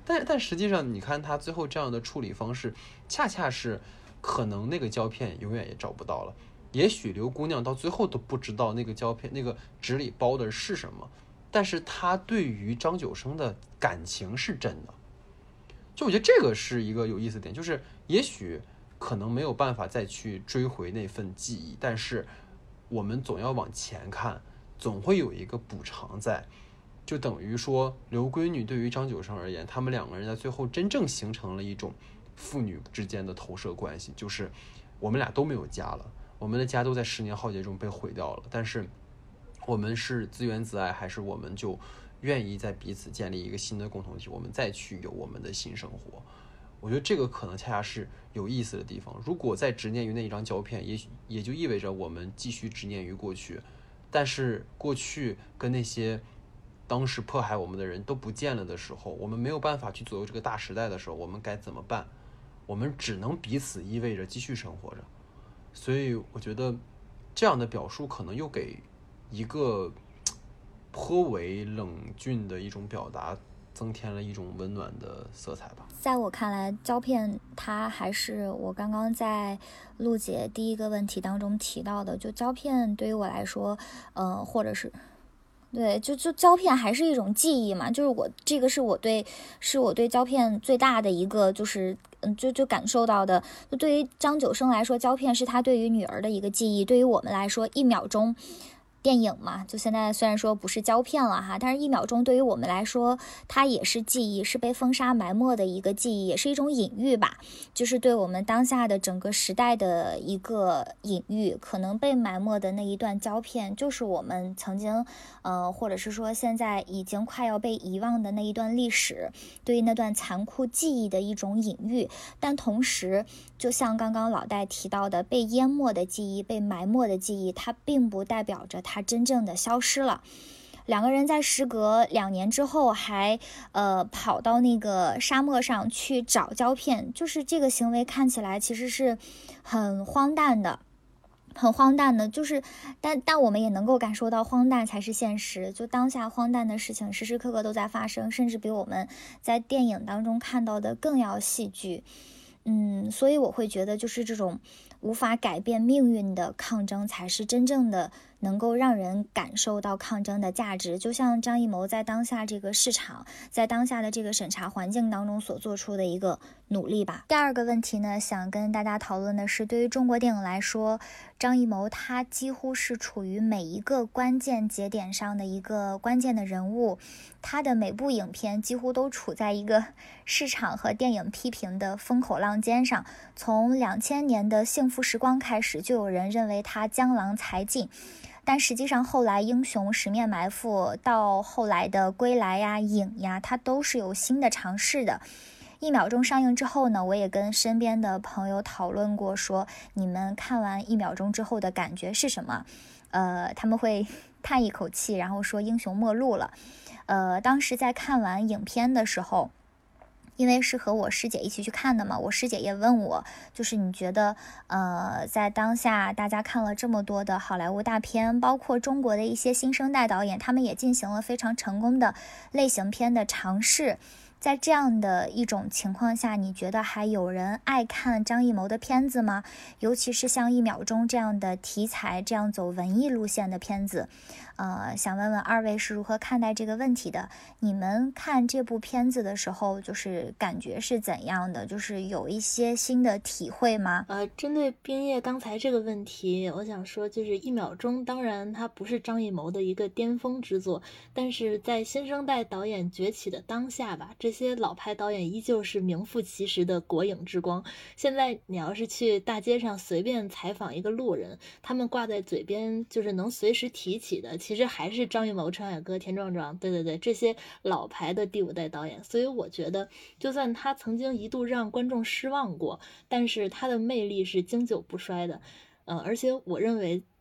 但实际上你看他最后这样的处理方式，恰恰是可能那个胶片永远也找不到了，也许刘姑娘到最后都不知道那个胶片那个纸里包的是什么，但是她对于张九生的感情是真的。就我觉得这个是一个有意思的点，就是也许可能没有办法再去追回那份记忆，但是我们总要往前看，总会有一个补偿在。就等于说刘闺女对于张九生而言，他们两个人在最后真正形成了一种父女之间的投射关系，就是我们俩都没有家了，我们的家都在10年浩劫中被毁掉了，但是我们是自怨自艾，还是我们就愿意在彼此建立一个新的共同体，我们再去有我们的新生活。我觉得这个可能恰恰是有意思的地方。如果再执念于那一张胶片，也就意味着我们继续执念于过去，但是过去跟那些当时迫害我们的人都不见了的时候，我们没有办法去左右这个大时代的时候，我们该怎么办？我们只能彼此依偎着继续生活着。所以我觉得这样的表述可能又给一个颇为冷峻的一种表达增添了一种温暖的色彩吧。 在我看来，胶片它还是我刚刚在陆姐第一个问题当中提到的，就胶片对于我来说，或者是对，就胶片还是一种记忆嘛，就是这个是我对胶片最大的一个就是就感受到的。就对于张九生来说，胶片是他对于女儿的一个记忆，对于我们来说1秒钟电影嘛，就现在虽然说不是胶片了哈，但是1秒钟对于我们来说，它也是记忆，是被风沙埋没的一个记忆，也是一种隐喻吧，就是对我们当下的整个时代的一个隐喻。可能被埋没的那一段胶片，就是我们曾经或者是说现在已经快要被遗忘的那一段历史，对于那段残酷记忆的一种隐喻。但同时，就像刚刚老戴提到的，被淹没的记忆，被埋没的记忆，它并不代表着它真正的消失了。两个人在时隔2年之后还跑到那个沙漠上去找胶片，就是这个行为看起来其实是很荒诞的，就是但我们也能够感受到荒诞才是现实，就当下荒诞的事情时时刻刻都在发生，甚至比我们在电影当中看到的更要戏剧。所以我会觉得就是这种无法改变命运的抗争才是真正的能够让人感受到抗争的价值，就像张艺谋在当下这个市场，在当下的这个审查环境当中所做出的一个努力吧。第二个问题呢，想跟大家讨论的是，对于中国电影来说，张艺谋他几乎是处于每一个关键节点上的一个关键的人物，他的每部影片几乎都处在一个市场和电影批评的风口浪尖上。从2000年的幸福时光开始，就有人认为他江郎才尽，但实际上后来英雄、十面埋伏到后来的归来呀、影呀，它都是有新的尝试的。1秒钟上映之后呢，我也跟身边的朋友讨论过，说你们看完1秒钟之后的感觉是什么？他们会叹一口气，然后说英雄末路了。当时在看完影片的时候，因为是和我师姐一起去看的嘛，我师姐也问我，就是你觉得在当下大家看了这么多的好莱坞大片，包括中国的一些新生代导演，他们也进行了非常成功的类型片的尝试，在这样的一种情况下，你觉得还有人爱看张艺谋的片子吗？尤其是像1秒钟这样的题材，这样走文艺路线的片子，想问问二位是如何看待这个问题的？你们看这部片子的时候，就是感觉是怎样的？就是有一些新的体会吗？ 针对冰叶刚才这个问题，我想说，就是1秒钟，当然它不是张艺谋的一个巅峰之作，但是在新生代导演崛起的当下吧，这些老牌导演依旧是名副其实的国影之光。现在你要是去大街上随便采访一个路人，他们挂在嘴边就是能随时提起的，其实还是张艺谋、陈凯歌、田壮壮，对，这些老牌的第5代导演。所以我觉得，就算他曾经一度让观众失望过，但是他的魅力是经久不衰的。而且我认为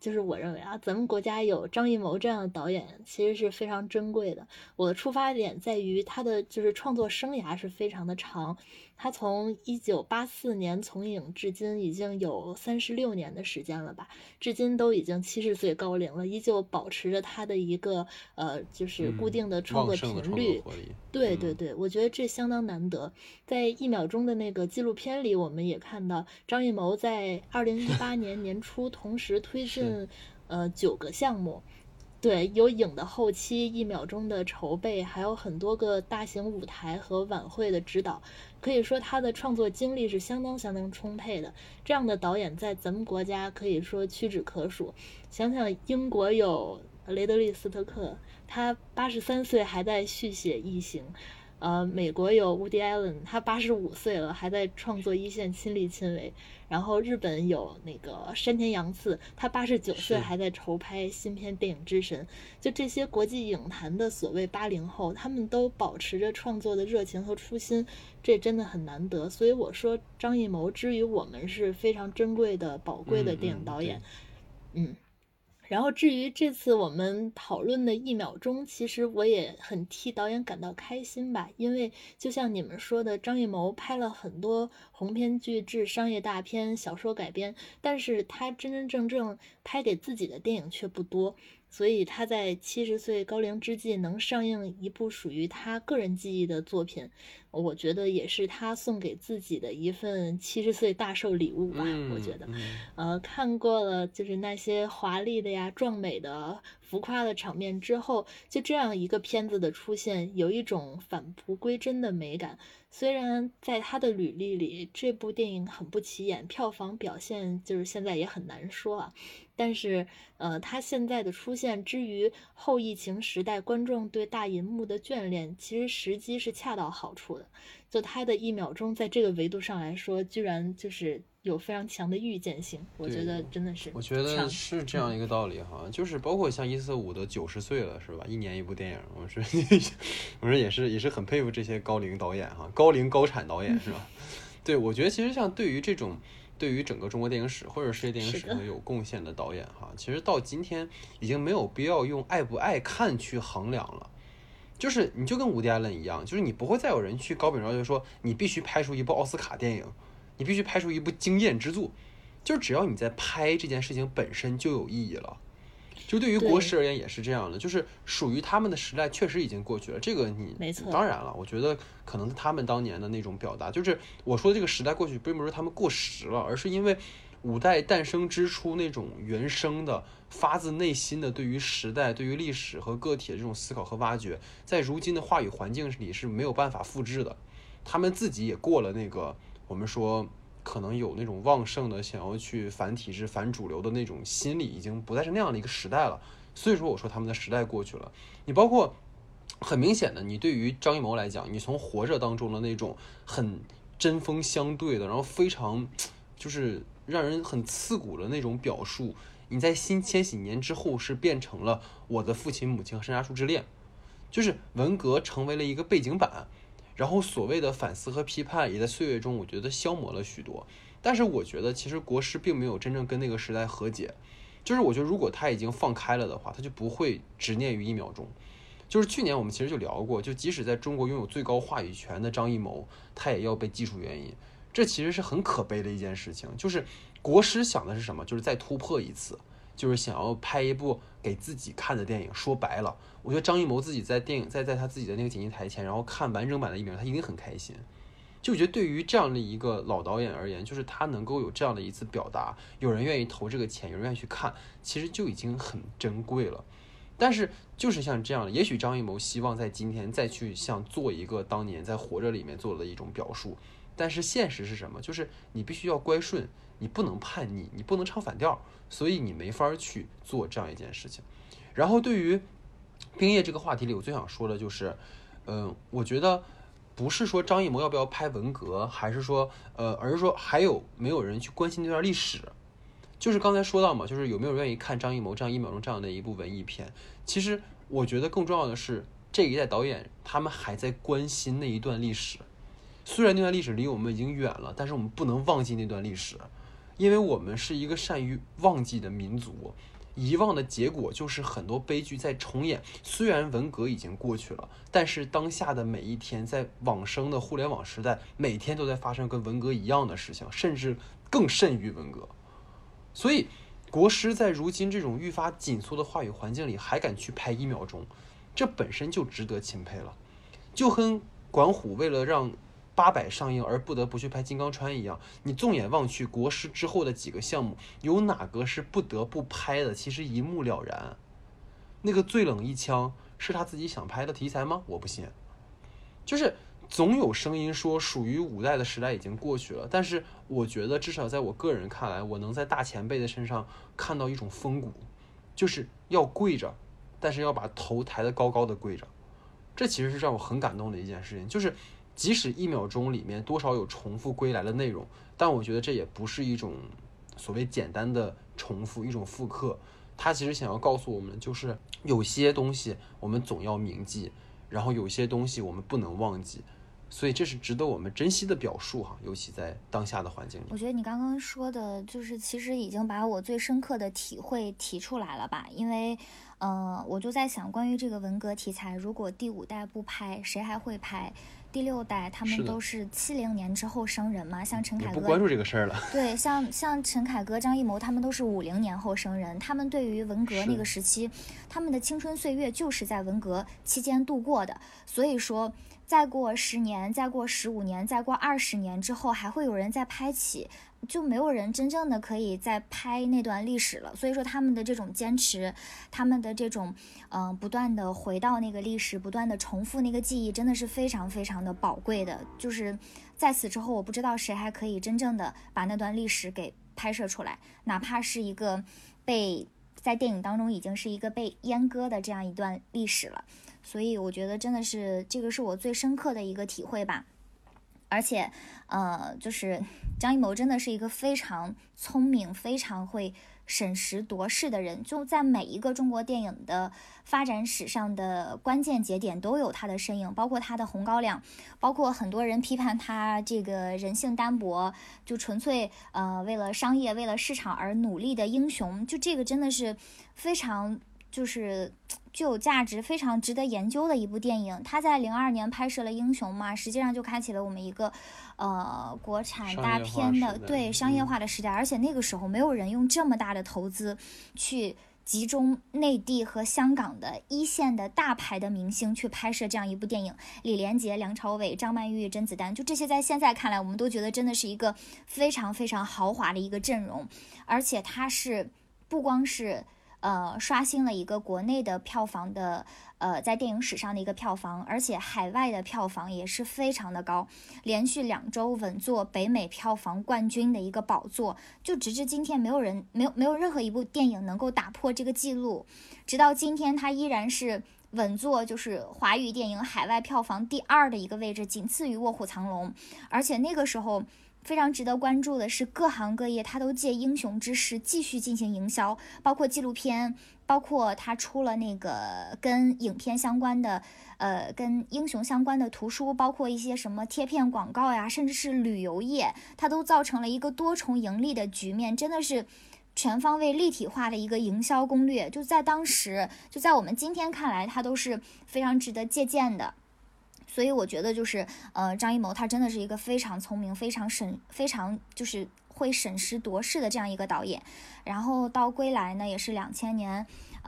就是我认为啊，咱们国家有张艺谋这样的导演，其实是非常珍贵的。我的出发点在于他的就是创作生涯是非常的长，他从1984年从影至今已经有36年的时间了吧，至今都已经70岁高龄了，依旧保持着他的一个就是固定的创作频率。对对对，我觉得这相当难得。在1秒钟的那个纪录片里，我们也看到张艺谋在2018年年初同时推进9个项目。对，有影的后期1秒钟的筹备，还有很多个大型舞台和晚会的指导，可以说他的创作精力是相当充沛的。这样的导演在咱们国家可以说屈指可数。想想英国有雷德利·斯特克，他83岁还在续写《异形》。美国有 Woody Allen， 他85岁了，还在创作一线亲力亲为。然后日本有那个山田洋次，他89岁还在筹拍新片电影之神。就这些国际影坛的所谓80后，他们都保持着创作的热情和初心，这真的很难得。所以我说张艺谋之于我们是非常珍贵的宝贵的电影导演。然后至于这次我们讨论的1秒钟，其实我也很替导演感到开心吧，因为就像你们说的，张艺谋拍了很多鸿篇巨制、商业大片、小说改编，但是他真正拍给自己的电影却不多。所以他在70岁高龄之际能上映一部属于他个人记忆的作品，我觉得也是他送给自己的一份70岁大寿礼物吧。我觉得看过了就是那些华丽的呀、壮美的、浮夸的场面之后，就这样一个片子的出现，有一种返璞归真的美感。虽然在他的履历里这部电影很不起眼，票房表现就是现在也很难说啊，但是他现在的出现之于后疫情时代观众对大银幕的眷恋，其实时机是恰到好处的。就他的1秒钟在这个维度上来说，居然就是有非常强的预见性，我觉得真的是强。 我觉得是这样一个道理哈，就是包括像145的90岁了是吧，1年一部电影，我说也是很佩服这些高龄导演哈，高龄高产导演是吧？对，我觉得其实像对于整个中国电影史或者世界电影史有贡献的导演哈，其实到今天已经没有必要用爱不爱看去衡量了。就是你就跟伍迪·艾伦一样，就是你不会再有人去高秉要求说你必须拍出一部奥斯卡电影，你必须拍出一部惊艳之作，就是只要你在拍这件事情本身就有意义了。就对于国师而言也是这样的，就是属于他们的时代确实已经过去了，这个你没错。 当然了，我觉得可能他们当年的那种表达，就是我说的这个时代过去，并不是他们过时了，而是因为五代诞生之初那种原生的发自内心的对于时代、对于历史和个体的这种思考和挖掘，在如今的话语环境里是没有办法复制的。他们自己也过了那个我们说可能有那种旺盛的想要去反体制、反主流的那种心理，已经不再是那样的一个时代了。所以说我说他们的时代过去了。你包括很明显的，你对于张艺谋来讲，你从活着当中的那种很针锋相对的，然后非常就是让人很刺骨的那种表述，你在新千禧年之后是变成了我的父亲母亲和山楂树之恋，就是文革成为了一个背景板，然后所谓的反思和批判也在岁月中我觉得消磨了许多。但是我觉得其实国师并没有真正跟那个时代和解，就是我觉得如果他已经放开了的话，他就不会执念于1秒钟。就是去年我们其实就聊过，就即使在中国拥有最高话语权的张艺谋，他也要被技术原因，这其实是很可悲的一件事情。就是国师想的是什么，就是再突破一次，就是想要拍一部给自己看的电影。说白了，我觉得张艺谋自己在电影在他自己的那个剪辑台前，然后看完整版的1秒，他一定很开心。就我觉得对于这样的一个老导演而言，就是他能够有这样的一次表达，有人愿意投这个钱，有人愿意去看，其实就已经很珍贵了。但是就是像这样的，也许张艺谋希望在今天再去像做一个当年在活着里面做的一种表述，但是现实是什么？就是你必须要乖顺，你不能叛逆，你不能唱反调，所以你没法去做这样一件事情。然后对于冰叶这个话题里，我最想说的就是，我觉得不是说张艺谋要不要拍文革，还是说而是说还有没有人去关心这段历史。就是刚才说到嘛，就是有没有人愿意看张艺谋这样1秒钟这样的一部文艺片。其实我觉得更重要的是这一代导演他们还在关心那一段历史，虽然那段历史离我们已经远了，但是我们不能忘记那段历史，因为我们是一个善于忘记的民族， 遗忘的结果就是很多悲剧在重演。虽然文革已经过去了，但是当下的每一天，在往生的互联网时代，每天都在发生跟文革一样的事情，甚至更甚于文革。所以国师在如今这种愈发紧缩的话语环境里还敢去拍1秒钟，这本身就值得钦佩了。就跟管虎为了让800上映而不得不去拍金刚川一样，你纵眼望去，国师之后的几个项目有哪个是不得不拍的？其实一目了然。那个最冷一枪是他自己想拍的题材吗？我不信。就是总有声音说属于5代的时代已经过去了，但是我觉得至少在我个人看来，我能在大前辈的身上看到一种风骨，就是要跪着，但是要把头抬得高高的跪着。这其实是让我很感动的一件事情，就是即使1秒钟里面多少有重复归来的内容，但我觉得这也不是一种所谓简单的重复，一种复刻。他其实想要告诉我们，就是有些东西我们总要铭记，然后有些东西我们不能忘记，所以这是值得我们珍惜的表述哈，尤其在当下的环境里。 我觉得你刚刚说的就是其实已经把我最深刻的体会提出来了吧，因为我就在想，关于这个文革题材，如果第5代不拍，谁还会拍？第6代他们都是70年之后生人嘛，像陈凯歌不关注这个事儿了。 对，像陈凯歌、张艺谋他们都是50年后生人，他们对于文革那个时期，他们的青春岁月就是在文革期间度过的，所以说再过10年，再过15年，再过20年之后，还会有人再拍起，就没有人真正的可以再拍那段历史了。所以说他们的这种坚持，他们的这种不断的回到那个历史，不断的重复那个记忆，真的是非常非常的宝贵的。就是在此之后，我不知道谁还可以真正的把那段历史给拍摄出来，哪怕是一个在电影当中已经是一个被阉割的这样一段历史了。所以我觉得真的是这个是我最深刻的一个体会吧。而且就是张艺谋真的是一个非常聪明、非常会审时度势的人，就在每一个中国电影的发展史上的关键节点都有他的身影，包括他的红高粱，包括很多人批判他这个人性单薄，就纯粹为了商业、为了市场而努力的英雄，就这个真的是非常就是具有价值、非常值得研究的一部电影。他在02年拍摄了《英雄》嘛，实际上就开启了我们一个国产大片的商业化的时代，而且那个时候没有人用这么大的投资去集中内地和香港的一线的大牌的明星去拍摄这样一部电影，李连杰、梁朝伟、张曼玉、甄子丹，就这些在现在看来我们都觉得真的是一个非常非常豪华的一个阵容。而且它是不光是刷新了一个国内的票房的在电影史上的一个票房，而且海外的票房也是非常的高，连续2周稳坐北美票房冠军的一个宝座，就直至今天没有任何一部电影能够打破这个记录，直到今天它依然是稳坐就是华语电影海外票房第2的一个位置，仅次于《卧虎藏龙》。而且那个时候非常值得关注的是，各行各业他都借英雄之势继续进行营销，包括纪录片，包括他出了那个跟影片相关的跟英雄相关的图书，包括一些什么贴片广告呀，甚至是旅游业，它都造成了一个多重盈利的局面，真的是全方位立体化的一个营销攻略。就在当时，就在我们今天看来，它都是非常值得借鉴的。所以我觉得就是张艺谋他真的是一个非常聪明、非常就是会审时度势的这样一个导演。然后到归来呢，也是2000年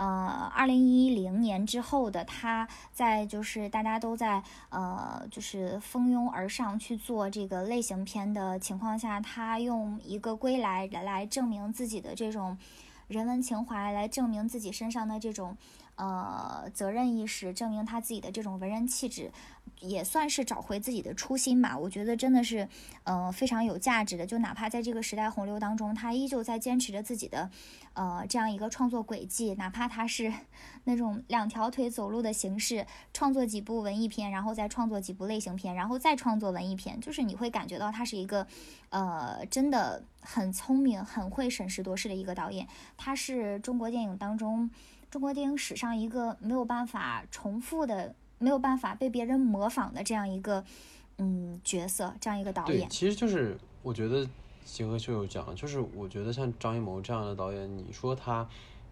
2010年之后的，他在就是大家都在就是蜂拥而上去做这个类型片的情况下，他用一个归来来证明自己的这种人文情怀，来证明自己身上的这种责任意识，证明他自己的这种文人气质，也算是找回自己的初心吧。我觉得真的是非常有价值的，就哪怕在这个时代洪流当中，他依旧在坚持着自己的这样一个创作轨迹，哪怕他是那种2条腿走路的形式，创作几部文艺片，然后再创作几部类型片，然后再创作文艺片，就是你会感觉到他是一个真的很聪明、很会审时度势的一个导演。他是中国电影当中中国电影史上一个没有办法重复的、没有办法被别人模仿的这样一个角色，这样一个导演。 对，其实就是我觉得结合秀友讲，就是我觉得像张艺谋这样的导演，你说他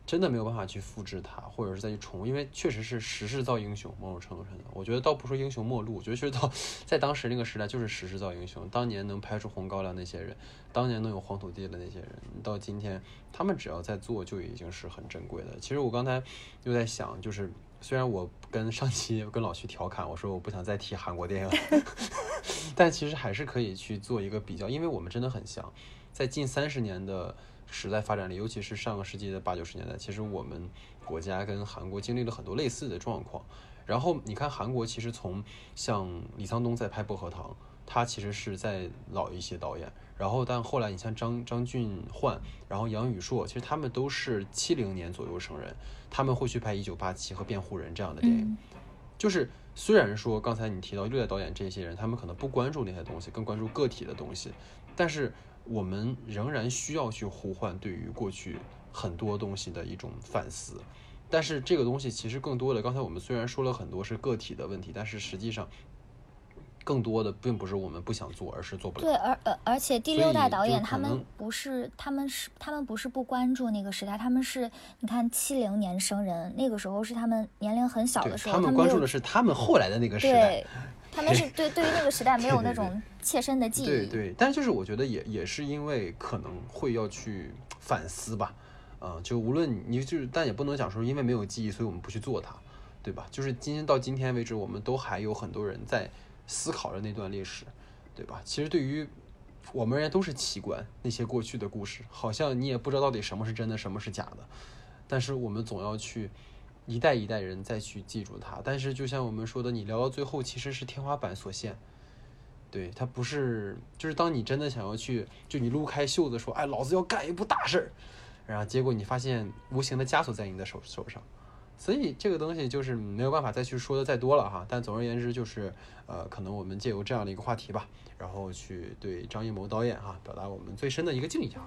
真的没有办法去复制它，或者是再去重，因为确实是时势造英雄，某种程度上的，我觉得倒不说英雄末路，我觉得在当时那个时代就是时势造英雄。当年能拍出红高粱那些人，当年能有黄土地的那些人，到今天他们只要在做就已经是很珍贵的。其实我刚才又在想，就是虽然我跟上期跟老徐调侃我说我不想再提韩国电影但其实还是可以去做一个比较，因为我们真的很像，在近30年的时代发展里，尤其是上个世纪的80、90年代，其实我们国家跟韩国经历了很多类似的状况。然后你看韩国，其实从像李沧东在拍《薄荷糖》，他其实是在老一些导演，然后但后来你像张俊焕，然后杨宇硕，其实他们都是70年左右生人，他们会去拍《1987》和《辩护人》这样的电影。就是虽然说刚才你提到6代导演这些人，他们可能不关注那些东西，更关注个体的东西，但是我们仍然需要去呼唤对于过去很多东西的一种反思。但是这个东西其实更多的，刚才我们虽然说了很多是个体的问题，但是实际上更多的并不是我们不想做，而是做不了。 对，而且第6代导演他们不是不关注那个时代，他们是你看70年生人，那个时候是他们年龄很小的时候， 他们关注的是他们后来的那个时代。 对，他们是对于那个时代没有那种切身的记忆。 对，但是就是我觉得也是因为可能会要去反思吧，就无论你就是，但也不能讲说因为没有记忆，所以我们不去做它，对吧？就是到今天为止，我们都还有很多人在思考着那段历史，对吧？其实对于我们人都是奇观，那些过去的故事，好像你也不知道到底什么是真的，什么是假的，但是我们总要去一代一代人再去记住它。但是就像我们说的，你聊到最后其实是天花板所限，对，它不是，就是当你真的想要去，就你撸开袖子说，哎，老子要干一部大事儿，然后结果你发现无形的枷锁在你的手上。所以这个东西就是没有办法再去说的再多了哈，但总而言之就是可能我们借由这样的一个话题吧，然后去对张艺谋导演哈表达我们最深的一个敬意哈。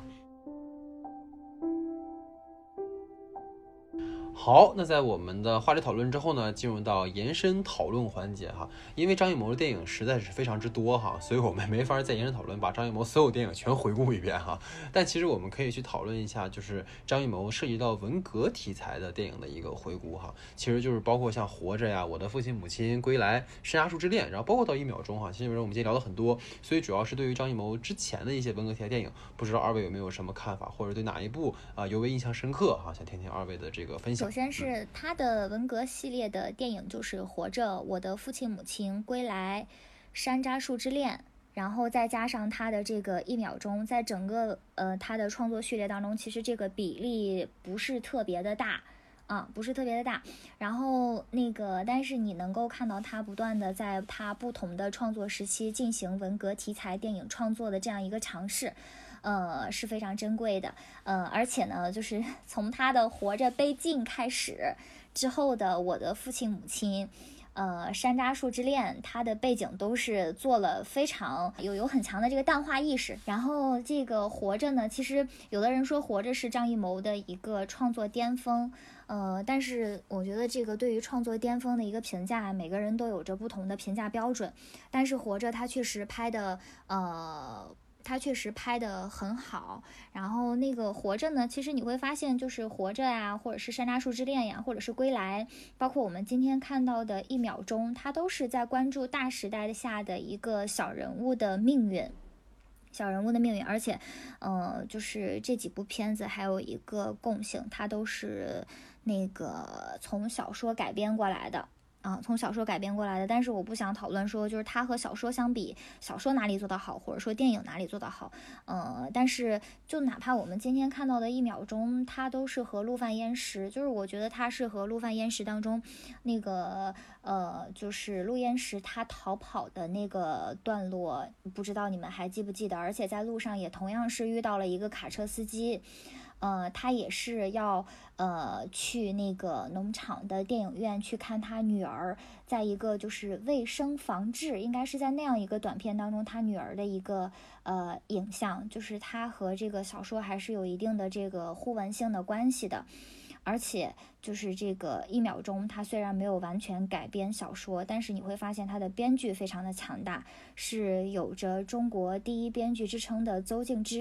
好，那在我们的话题讨论之后呢，进入到延伸讨论环节哈。因为张艺谋的电影实在是非常之多哈，所以我们没法再延伸讨论把张艺谋所有电影全回顾一遍哈。但其实我们可以去讨论一下，就是张艺谋涉及到文革题材的电影的一个回顾哈。其实就是包括像《活着》呀、《我的父亲母亲》、《归来》、《山楂树之恋》，然后包括到1秒钟哈。其实我们今天聊了很多，所以主要是对于张艺谋之前的一些文革题材电影，不知道二位有没有什么看法，或者对哪一部尤为印象深刻哈？想听听二位的这个分享。 首先是他的文革系列的电影，就是《活着》、《我的父亲母亲》、《归来》、《山楂树之恋》，然后再加上他的这个1秒钟，在整个他的创作序列当中，其实这个比例不是特别的大不是特别的大。然后但是你能够看到他不断的在他不同的创作时期进行文革题材电影创作的这样一个尝试。是非常珍贵的，而且呢，就是从他的《活着》被禁开始之后的《我的父亲母亲》、山楂树之恋，它的背景都是做了非常有很强的这个淡化意识。然后这个《活着》呢，其实有的人说《活着》是张艺谋的一个创作巅峰，但是我觉得这个对于创作巅峰的一个评价，每个人都有着不同的评价标准。但是《活着》它确实拍的很好，然后活着呢，其实你会发现就是活着呀，或者是山楂树之恋呀，或者是归来，包括我们今天看到的1秒钟，它都是在关注大时代下的一个小人物的命运，而且就是这几部片子还有一个共性，它都是从小说改编过来的。但是我不想讨论说就是它和小说相比，小说哪里做得好，或者说电影哪里做得好，但是就哪怕我们今天看到的1秒钟，它都是和陆犯焉识，就是我觉得它是和陆犯焉识当中就是陆焉识他逃跑的那个段落，不知道你们还记不记得？而且在路上也同样是遇到了一个卡车司机。他也是要去那个农场的电影院去看他女儿，在一个就是卫生防治，应该是在那样一个短片当中，他女儿的一个影像，就是他和这个小说还是有一定的这个互文性的关系的。而且就是这个1秒钟，它虽然没有完全改编小说，但是你会发现它的编剧非常的强大，是有着中国第一编剧之称的邹静之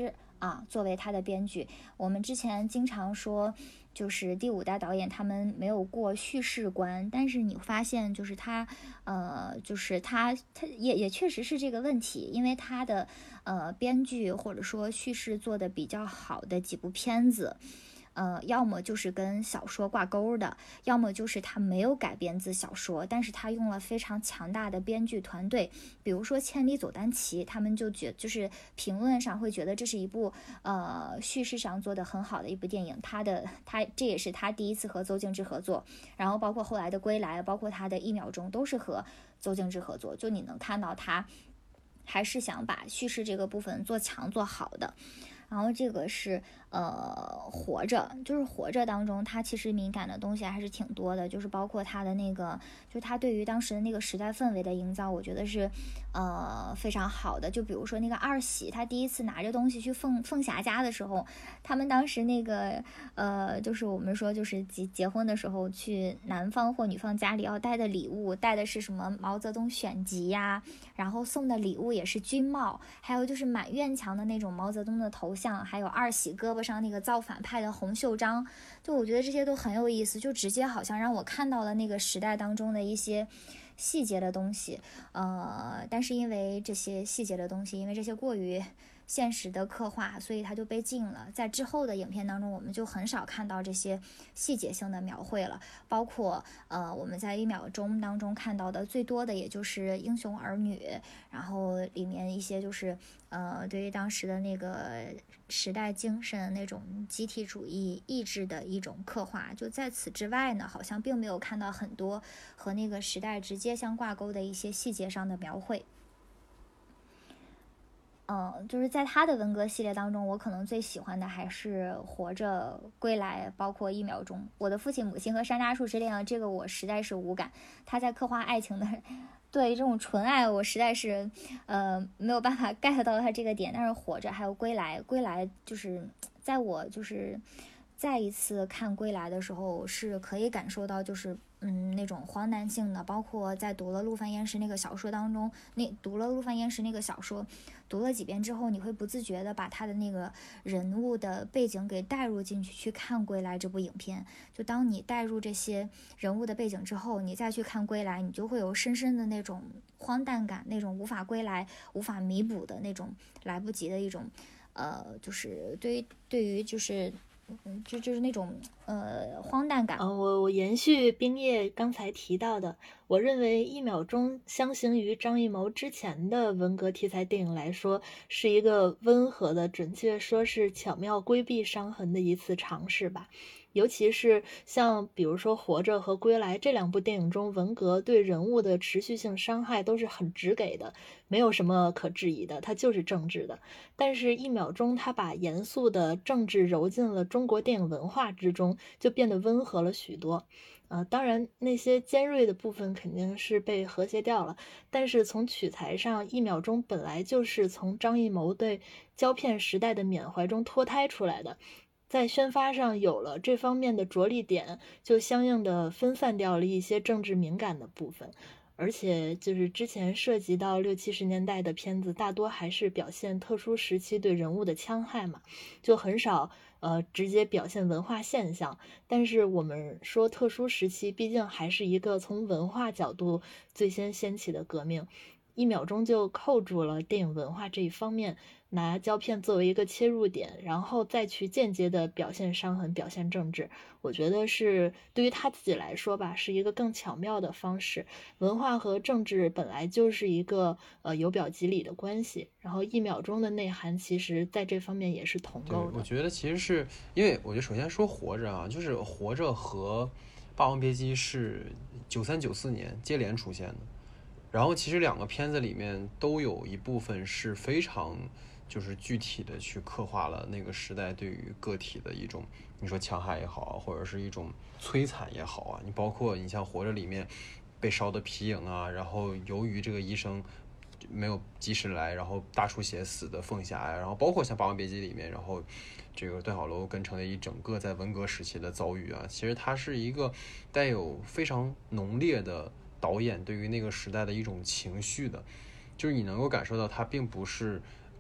啊，作为他的编剧。我们之前经常说，就是第5代导演他们没有过叙事关，但是你发现就是他，就是他也确实是这个问题，因为他的编剧或者说叙事做的比较好的几部片子。要么就是跟小说挂钩的，要么就是他没有改编自小说，但是他用了非常强大的编剧团队，比如说《千里走单骑》，他们就是评论上会觉得这是一部叙事上做的很好的一部电影，他这也是他第一次和邹静之合作，然后包括后来的《归来》，包括他的1秒钟都是和邹静之合作，就你能看到他还是想把叙事这个部分做强做好的。然后这个是活着，就是活着当中它其实敏感的东西还是挺多的，就是包括它的那个，就是它对于当时的那个时代氛围的营造，我觉得是非常好的。就比如说那个二喜，他第一次拿着东西去凤霞家的时候，他们当时那个就是我们说就是结婚的时候去男方或女方家里要带的礼物，带的是什么毛泽东选集呀，然后送的礼物也是军帽，还有就是满院墙的那种毛泽东的头像，还有二喜胳膊上那个造反派的红袖章，就我觉得这些都很有意思，就直接好像让我看到了那个时代当中的一些细节的东西，但是因为这些细节的东西，因为这些过于现实的刻画，所以它就被禁了。在之后的影片当中，我们就很少看到这些细节性的描绘了。包括我们在1秒钟当中看到的最多的，也就是英雄儿女，然后里面一些就是对于当时的那个时代精神那种集体主义意志的一种刻画。就在此之外呢，好像并没有看到很多和那个时代直接相挂钩的一些细节上的描绘。就是在他的文革系列当中，我可能最喜欢的还是《活着》《归来》，包括1秒钟。我的父亲母亲和山楂树之恋，这个我实在是无感。他在刻画爱情的，对这种纯爱，我实在是没有办法 get 到他这个点。但是《活着》还有《归来》，《归来》就是在我就是再一次看《归来》的时候，是可以感受到就是那种荒诞性的，包括在读了陆犯焉识那个小说当中，读了陆犯焉识那个小说，读了几遍之后，你会不自觉的把他的那个人物的背景给带入进去，去看《归来》这部影片。就当你带入这些人物的背景之后，你再去看《归来》，你就会有深深的那种荒诞感，那种无法归来、无法弥补的那种来不及的一种就是对于就是就是那种荒诞感。 我延续冰叶刚才提到的，我认为1秒钟相形于张艺谋之前的文革题材电影来说，是一个温和的，准确说是巧妙规避伤痕的一次尝试吧。尤其是像比如说《活着》和《归来》这2部电影中，文革对人物的持续性伤害都是很直给的，没有什么可质疑的，它就是政治的。但是1秒钟，它把严肃的政治揉进了中国电影文化之中，就变得温和了许多。当然那些尖锐的部分肯定是被和谐掉了，但是从取材上，1秒钟本来就是从张艺谋对胶片时代的缅怀中脱胎出来的，在宣发上有了这方面的着力点，就相应的分散掉了一些政治敏感的部分。而且就是之前涉及到60、70年代的片子，大多还是表现特殊时期对人物的戕害嘛，就很少直接表现文化现象。但是我们说特殊时期，毕竟还是一个从文化角度最先掀起的革命。1秒钟就扣住了电影文化这一方面，拿胶片作为一个切入点，然后再去间接的表现伤痕、表现政治。我觉得是对于他自己来说吧，是一个更巧妙的方式。文化和政治本来就是一个有表及里的关系，然后1秒钟的内涵其实在这方面也是同构的。 我觉得其实是因为我觉得首先说活着啊，就是活着和霸王别姬是93、94年接连出现的。然后其实2个片子里面都有一部分是非常就是具体的去刻画了那个时代对于个体的一种，你说戕害也好啊，或者是一种摧残也好啊，你包括你像活着里面被烧的皮影啊，然后由于这个医生没有及时来，然后大出血死的凤霞呀，然后包括像霸王别姬里面，然后这个段小楼跟程蝶衣整个在文革时期的遭遇啊，其实它是一个带有非常浓烈的导演对于那个时代的一种情绪的，就是你能够感受到他并不是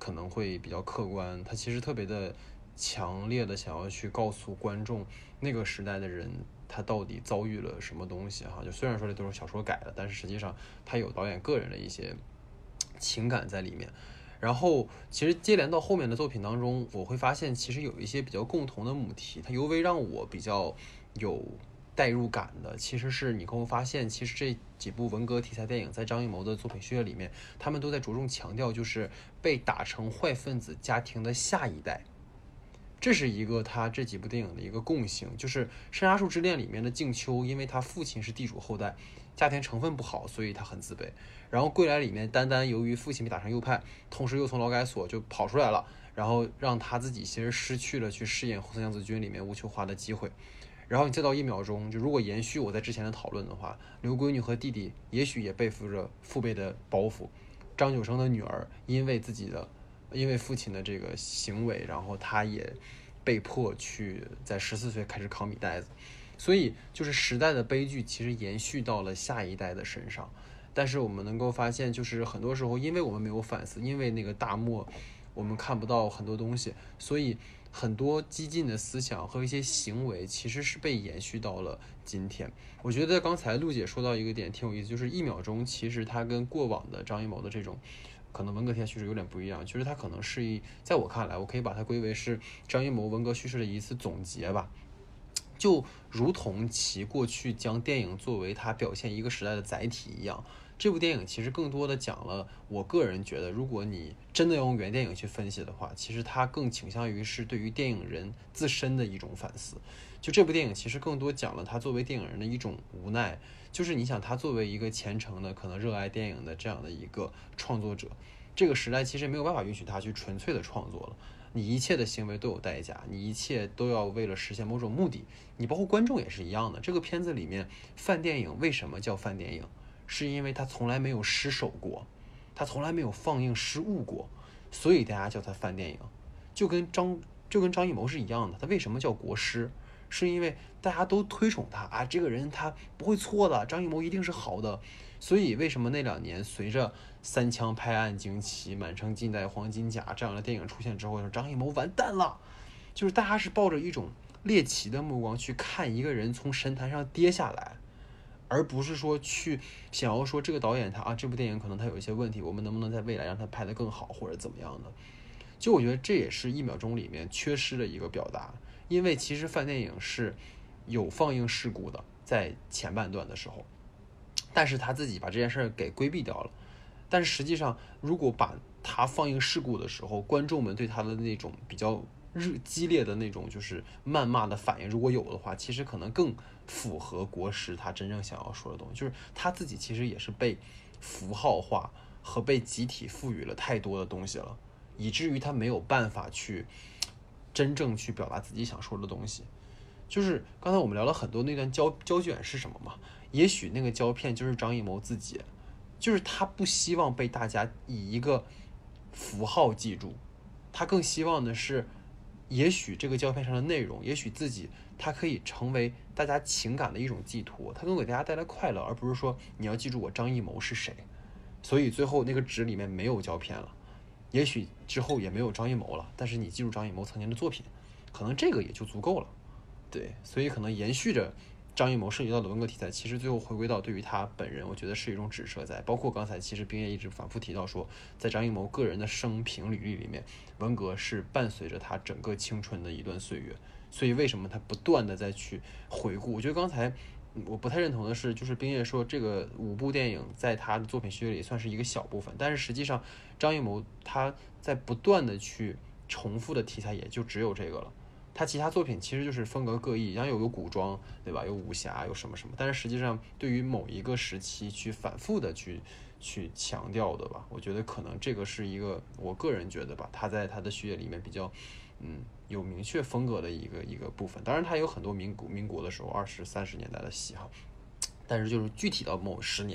可能会比较客观，他其实特别的强烈的想要去告诉观众那个时代的人他到底遭遇了什么东西哈。就虽然说这都是小说改的，但是实际上他有导演个人的一些情感在里面。然后其实接连到后面的作品当中，我会发现其实有一些比较共同的母题，它尤为让我比较有代入感的，其实是你会发现，其实这几部文革题材电影在张艺谋的作品序列里面，他们都在着重强调就是被打成坏分子家庭的下一代。这是一个他这几部电影的一个共性，就是《山楂树之恋》里面的静秋，因为他父亲是地主后代，家庭成分不好，所以他很自卑。然后《归来》里面，丹丹由于父亲被打成右派，同时又从劳改所就跑出来了，然后让他自己其实失去了去饰演红色娘子军里面吴秋华的机会。然后你再到1秒钟，就如果延续我在之前的讨论的话，刘闺女和弟弟也许也背负着父辈的包袱，张九生的女儿因为父亲的这个行为，然后他也被迫去在14岁开始扛米袋子，所以就是时代的悲剧其实延续到了下一代的身上。但是我们能够发现，就是很多时候因为我们没有反思，因为那个大漠我们看不到很多东西，所以很多激进的思想和一些行为其实是被延续到了今天。我觉得刚才陆姐说到一个点挺有意思，就是1秒钟其实它跟过往的张艺谋的这种可能文革题材叙事有点不一样，就是它可能是在我看来，我可以把它归为是张艺谋文革叙事的一次总结吧。就如同其过去将电影作为它表现一个时代的载体一样，这部电影其实更多的讲了，我个人觉得，如果你真的要用原电影去分析的话，其实它更倾向于是对于电影人自身的一种反思。就这部电影其实更多讲了他作为电影人的一种无奈，就是你想他作为一个虔诚的可能热爱电影的这样的一个创作者，这个时代其实没有办法允许他去纯粹的创作了，你一切的行为都有代价，你一切都要为了实现某种目的，你包括观众也是一样的。这个片子里面泛电影为什么叫泛电影，是因为它从来没有失手过，它从来没有放映失误过，所以大家叫它泛电影。就跟张艺谋是一样的，他为什么叫国师，是因为大家都推崇他啊，这个人他不会错的，张艺谋一定是好的。所以为什么那2年随着三枪拍案惊奇、满城尽带黄金甲这样的电影出现之后，张艺谋完蛋了，就是大家是抱着一种猎奇的目光去看一个人从神坛上跌下来，而不是说去想要说这个导演他这部电影可能他有一些问题，我们能不能在未来让他拍得更好或者怎么样的。就我觉得这也是1秒钟里面缺失的一个表达，因为其实泛电影是有放映事故的，在前半段的时候，但是他自己把这件事给规避掉了。但是实际上如果把他放映事故的时候，观众们对他的那种比较激烈的那种就是谩骂的反应如果有的话，其实可能更符合国师他真正想要说的东西，就是他自己其实也是被符号化和被集体赋予了太多的东西了，以至于他没有办法去真正去表达自己想说的东西。就是刚才我们聊了很多那段胶卷是什么嘛，也许那个胶片就是张艺谋自己，就是他不希望被大家以一个符号记住，他更希望的是也许这个胶片上的内容，也许自己他可以成为大家情感的一种寄托，他更给大家带来快乐，而不是说你要记住我张艺谋是谁。所以最后那个纸里面没有胶片了，也许之后也没有张艺谋了，但是你记住张艺谋曾经的作品，可能这个也就足够了。对，所以可能延续着张艺谋涉及到的文革题材，其实最后回归到对于他本人，我觉得是一种指涉在。包括刚才其实冰叶一直反复提到说，在张艺谋个人的生平履历里面，文革是伴随着他整个青春的一段岁月。所以为什么他不断的再去回顾？我觉得刚才我不太认同的是，就是冰叶说这个5部电影在他的作品序列里算是一个小部分，但是实际上张艺谋他在不断的去重复的题材也就只有这个了。他其他作品其实就是风格各异，然后有古装，对吧？有武侠，有什么什么，但是实际上对于某一个时期去反复的去强调的吧，我觉得可能这个是一个我个人觉得吧，他在他的序列里面比较有明确风格的一个部分。当然他有很多民国的时候20、30年代的戏哈，但是就是具体到某10年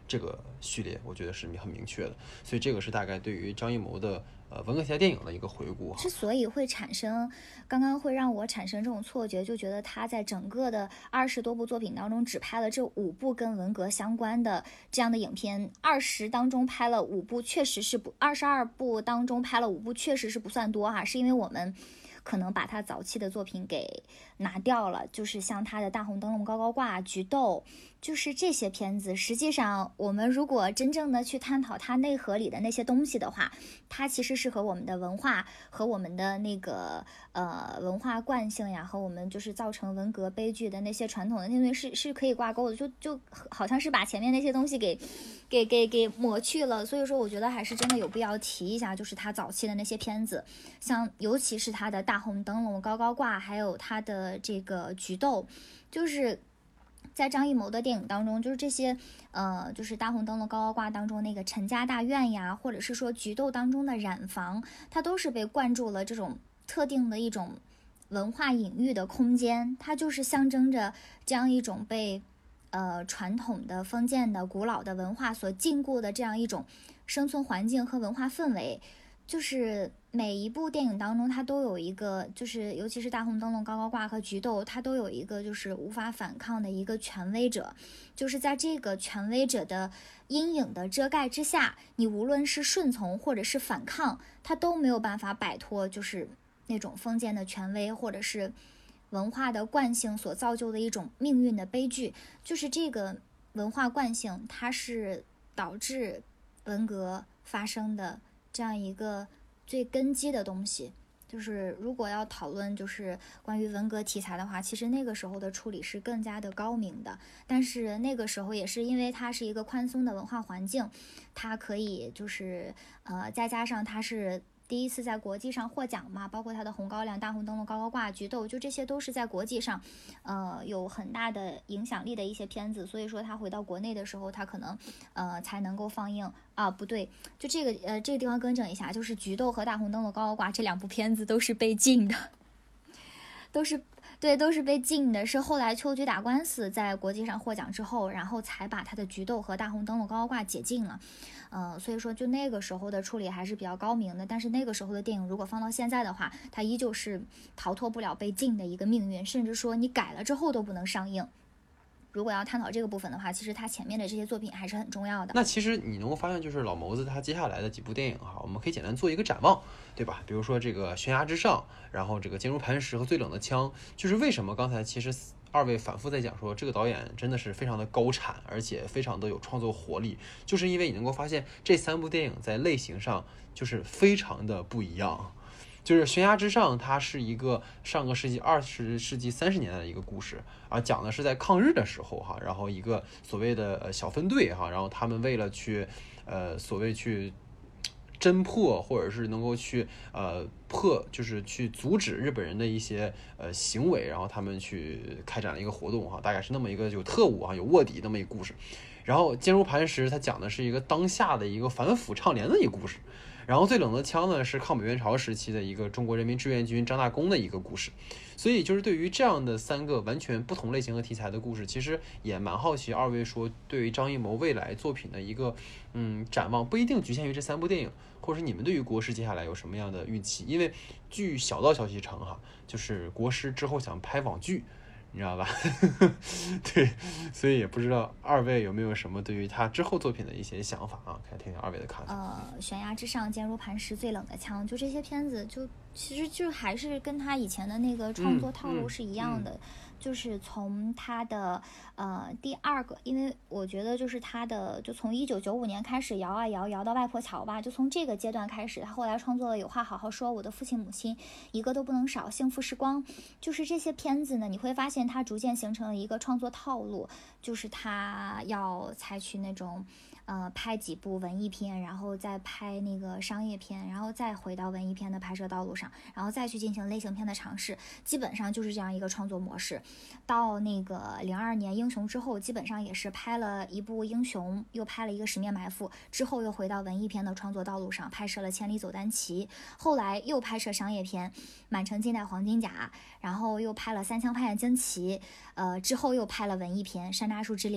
这个序列，我觉得是很明确的。所以这个是大概对于张艺谋的文革题材电影的一个回顾。 之所以会产生，刚刚会让我产生这种错觉，就觉得他在整个的20多部作品当中，只拍了这5部跟文革相关的这样的影片，20当中拍了5部，确实是不22部当中拍了5部，确实是不算多哈，是因为我们可能把他早期的作品给拿掉了，就是像他的大红灯笼高高挂、菊豆，就是这些片子。实际上我们如果真正的去探讨它内核里的那些东西的话，它其实是和我们的文化和我们的那个文化惯性呀，和我们就是造成文革悲剧的那些传统的那些东西是可以挂钩的，就好像是把前面那些东西给抹去了。所以说我觉得还是真的有必要提一下，就是他早期的那些片子，像尤其是他的大红灯笼高高挂，还有他的这个菊豆，就是在张艺谋的电影当中，就是这些就是大红灯笼高高挂当中那个陈家大院呀，或者是说菊豆当中的染房，它都是被灌注了这种特定的一种文化隐喻的空间，它就是象征着这样一种被传统的封建的古老的文化所禁锢的这样一种生存环境和文化氛围。就是每一部电影当中它都有一个，就是尤其是大红灯笼高高挂和菊豆，它都有一个就是无法反抗的一个权威者，就是在这个权威者的阴影的遮盖之下，你无论是顺从或者是反抗，它都没有办法摆脱就是那种封建的权威或者是文化的惯性所造就的一种命运的悲剧。就是这个文化惯性，它是导致文革发生的这样一个最根基的东西。就是如果要讨论就是关于文革题材的话，其实那个时候的处理是更加的高明的，但是那个时候也是因为它是一个宽松的文化环境，它可以就是再加上它是第一次在国际上获奖嘛，包括它的红高粱、大红灯笼高高挂、菊豆，就这些都是在国际上有很大的影响力的一些片子，所以说它回到国内的时候，它可能才能够放映啊。不对，就这个地方更正一下，就是菊豆和大红灯笼高高挂这2部片子都是被禁的，都是被禁的，是后来秋菊打官司在国际上获奖之后，然后才把他的菊豆和大红灯笼高高挂解禁了。所以说就那个时候的处理还是比较高明的，但是那个时候的电影如果放到现在的话，它依旧是逃脱不了被禁的一个命运，甚至说你改了之后都不能上映。如果要探讨这个部分的话，其实他前面的这些作品还是很重要的。 那其实你能够发现，就是老谋子他接下来的几部电影哈，我们可以简单做一个展望，对吧？比如说这个《悬崖之上》，然后这个《坚如磐石》和《最冷的枪》，就是为什么刚才其实2位反复在讲说这个导演真的是非常的高产，而且非常的有创作活力，就是因为你能够发现这3部电影在类型上就是非常的不一样。就是《悬崖之上》，它是一个上个世纪20世纪30年代的一个故事啊，讲的是在抗日的时候哈，然后一个所谓的小分队哈，然后他们为了去所谓去侦破或者是能够去就是去阻止日本人的一些行为，然后他们去开展了一个活动哈，大概是那么一个有特务哈有卧底那么一个故事。然后《坚如磐石》它讲的是一个当下的一个反腐倡廉的一个故事。然后最冷的枪呢是抗美援朝时期的一个中国人民志愿军张大公的一个故事。所以就是对于这样的3个完全不同类型和题材的故事，其实也蛮好奇2位说对于张艺谋未来作品的一个展望，不一定局限于这3部电影，或者是你们对于国师接下来有什么样的预期？因为据小道消息称哈，就是国师之后想拍网剧，你知道吧？对，所以也不知道2位有没有什么对于他之后作品的一些想法啊？看听听2位的看法。 悬崖之上、坚如磐石、最冷的枪，就这些片子就其实就还是跟他以前的那个创作套路是一样的。就是从他的第2个，因为我觉得就是他的就从1995年开始摇啊摇摇到外婆桥吧，就从这个阶段开始，他后来创作了有话好好说、我的父亲母亲、一个都不能少、幸福时光，就是这些片子呢，你会发现他逐渐形成了一个创作套路，就是他要采取那种拍几部文艺片，然后再拍那个商业片，然后再回到文艺片的拍摄道路上，然后再去进行类型片的尝试，基本上就是这样一个创作模式。到那个02年英雄之后，基本上也是拍了一部英雄，又拍了一个十面埋伏，之后又回到文艺片的创作道路上，拍摄了千里走单骑，后来又拍摄商业片满城尽带黄金甲，然后又拍了三枪拍案惊奇，之后又拍了文艺片山楂树之恋，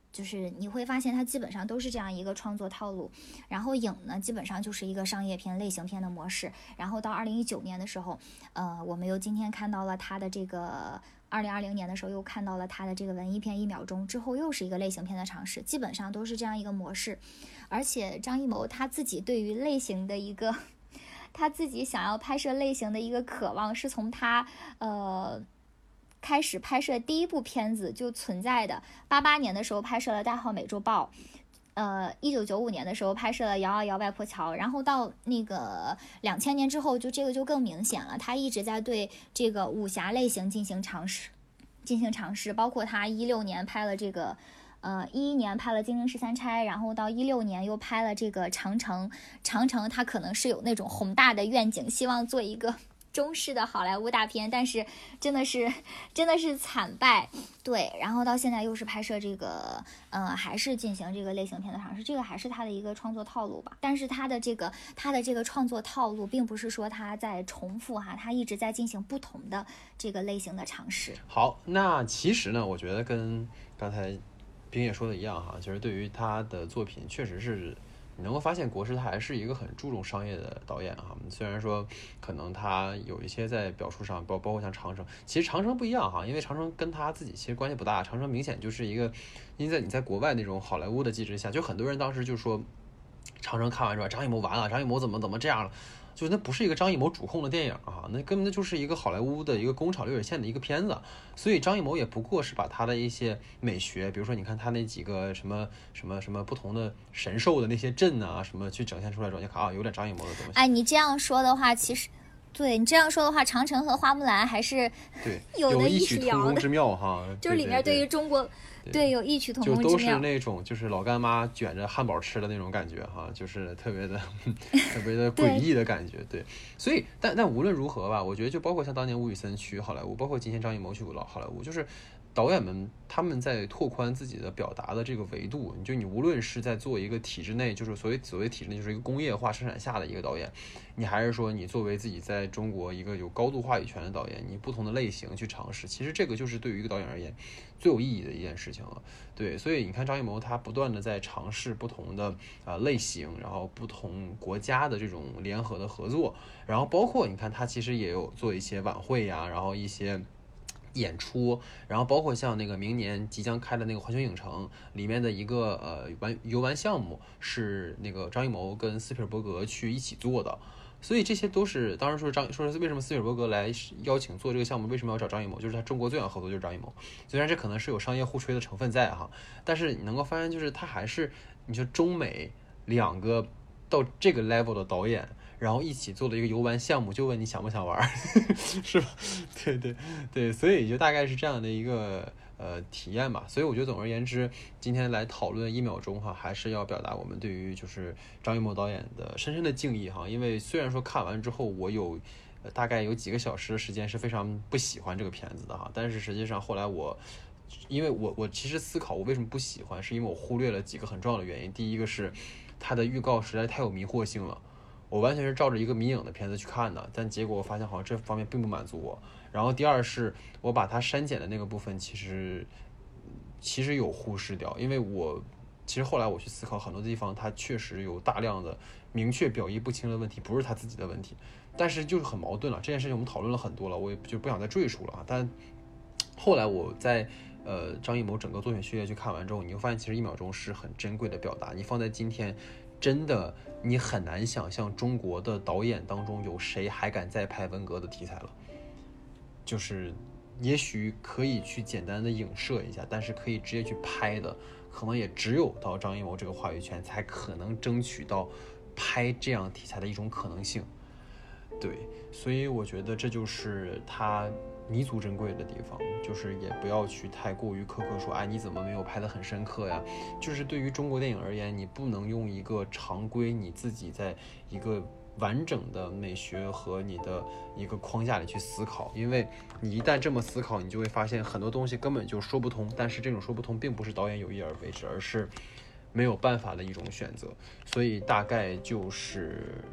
就是你会发现它基本上都是这样一个创作套路。然后影呢，基本上就是一个商业片、类型片的模式。然后到2019年的时候，我们又今天看到了它的这个2020年的时候又看到了它的这个文艺片1秒钟，之后又是一个类型片的尝试，基本上都是这样一个模式。而且张艺谋他自己对于类型的一个他自己想要拍摄类型的一个渴望，是从他开始拍摄第一部片子就存在的。88年的时候拍摄了《大号美洲豹》，1995年的时候拍摄了《摇啊摇外婆桥》，然后到那个2000年之后，就这个就更明显了，他一直在对这个武侠类型进行尝试，包括他16年拍了这个。11年拍了《金陵十三钗》，然后到16年又拍了这个长城。长城他可能是有那种宏大的愿景，希望做一个中式的好莱坞大片，但是真的是惨败。对，然后到现在又是拍摄这个，还是进行这个类型片的尝试，这个还是他的一个创作套路吧。但是他的这个创作套路，并不是说他在重复哈，他一直在进行不同的这个类型的尝试。 好，那其实呢，我觉得跟刚才冰也说的一样哈，其实对于他的作品，确实是你能够发现国师他还是一个很注重商业的导演哈。虽然说可能他有一些在表述上，包括像长城，其实长城不一样哈，因为长城跟他自己其实关系不大，长城明显就是一个，因为你在国外那种好莱坞的机制下，就很多人当时就说长城看完说张艺谋完了，张艺谋怎么这样了。就那不是一个张艺谋主控的电影啊，那根本就是一个好莱坞的一个工厂流水线的一个片子，所以张艺谋也不过是把他的一些美学，比如说你看他那几个什么不同的神兽的那些阵啊，什么去展现出来之后，你看啊，有点张艺谋的东西。 哎，你这样说的话，其实。对你这样说的话，长城和花木兰还是有的异曲同工之妙哈， 就是里面对于中国对有异曲同工之妙， 就都是那种就是老干妈卷着汉堡吃的那种感觉哈，就是特别的诡异的感觉。对，所以但无论如何吧，我觉得就包括像当年吴宇森去好莱坞，包括今天张艺谋去好莱坞，就是导演们他们在拓宽自己的表达的这个维度。你无论是在做一个体制内，就是所谓体制内就是一个工业化生产下的一个导演，你还是说你作为自己在中国一个有高度话语权的导演，你不同的类型去尝试，其实这个就是对于一个导演而言最有意义的一件事情了。对，所以你看张艺谋他不断的在尝试不同的类型，然后不同国家的这种联合的合作，然后包括你看他其实也有做一些晚会呀，然后一些演出，然后包括像那个明年即将开的那个环球影城里面的一个游玩项目，是那个张艺谋跟斯皮尔伯格去一起做的。所以这些都是，当然说为什么斯皮尔伯格来邀请做这个项目，为什么要找张艺谋，就是他中国最想合作就是张艺谋。虽然这可能是有商业互吹的成分在哈，但是你能够发现，就是他还是你说中美两个到这个 level 的导演，然后一起做的一个游玩项目，就问你想不想玩是吧？对，所以就大概是这样的一个体验吧。所以我觉得总而言之，今天来讨论1秒钟哈，还是要表达我们对于就是张艺谋导演的深深的敬意哈。因为虽然说看完之后我有大概有几个小时的时间是非常不喜欢这个片子的哈，但是实际上后来因为我其实思考我为什么不喜欢，是因为我忽略了几个很重要的原因。第一个是它的预告实在太有迷惑性了，我完全是照着一个迷影的片子去看的，但结果我发现好像这方面并不满足我。然后第二是我把它删减的那个部分其实有忽视掉，因为其实后来我去思考很多地方，它确实有大量的明确表意不清的问题，不是他自己的问题，但是就是很矛盾了。这件事情我们讨论了很多了，我也就不想再赘述了。但后来我在张艺谋整个作品序列去看完之后，你会发现其实1秒钟是很珍贵的表达。你放在今天，真的你很难想象中国的导演当中有谁还敢再拍文革的题材了。就是也许可以去简单的影射一下，但是可以直接去拍的，可能也只有到张艺谋这个话语权才可能争取到拍这样题材的一种可能性。对，所以我觉得这就是他弥足珍贵的地方，就是也不要去太过于苛刻说，哎，你怎么没有拍得很深刻呀？就是对于中国电影而言，你不能用一个常规你自己在一个完整的美学和你的一个框架里去思考，因为你一旦这么思考，你就会发现很多东西根本就说不通。但是这种说不通并不是导演有意而为之，而是没有办法的一种选择。所以大概就是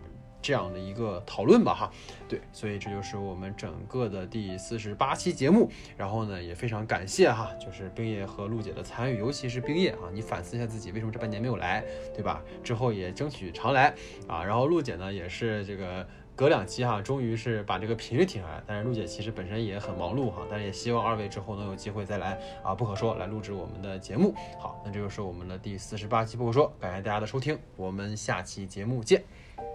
这样的一个讨论吧哈。对，所以这就是我们整个的第48期节目。然后呢，也非常感谢哈，就是冰叶和陆姐的参与，尤其是冰叶啊，你反思一下自己为什么这半年没有来，对吧？之后也争取常来啊。然后陆姐呢，也是这个隔2期哈，终于是把这个频率提上来。但是陆姐其实本身也很忙碌哈，但是也希望2位之后能有机会再来啊，不可说来录制我们的节目。好，那这就是我们的第48期不可说，感谢大家的收听，我们下期节目见。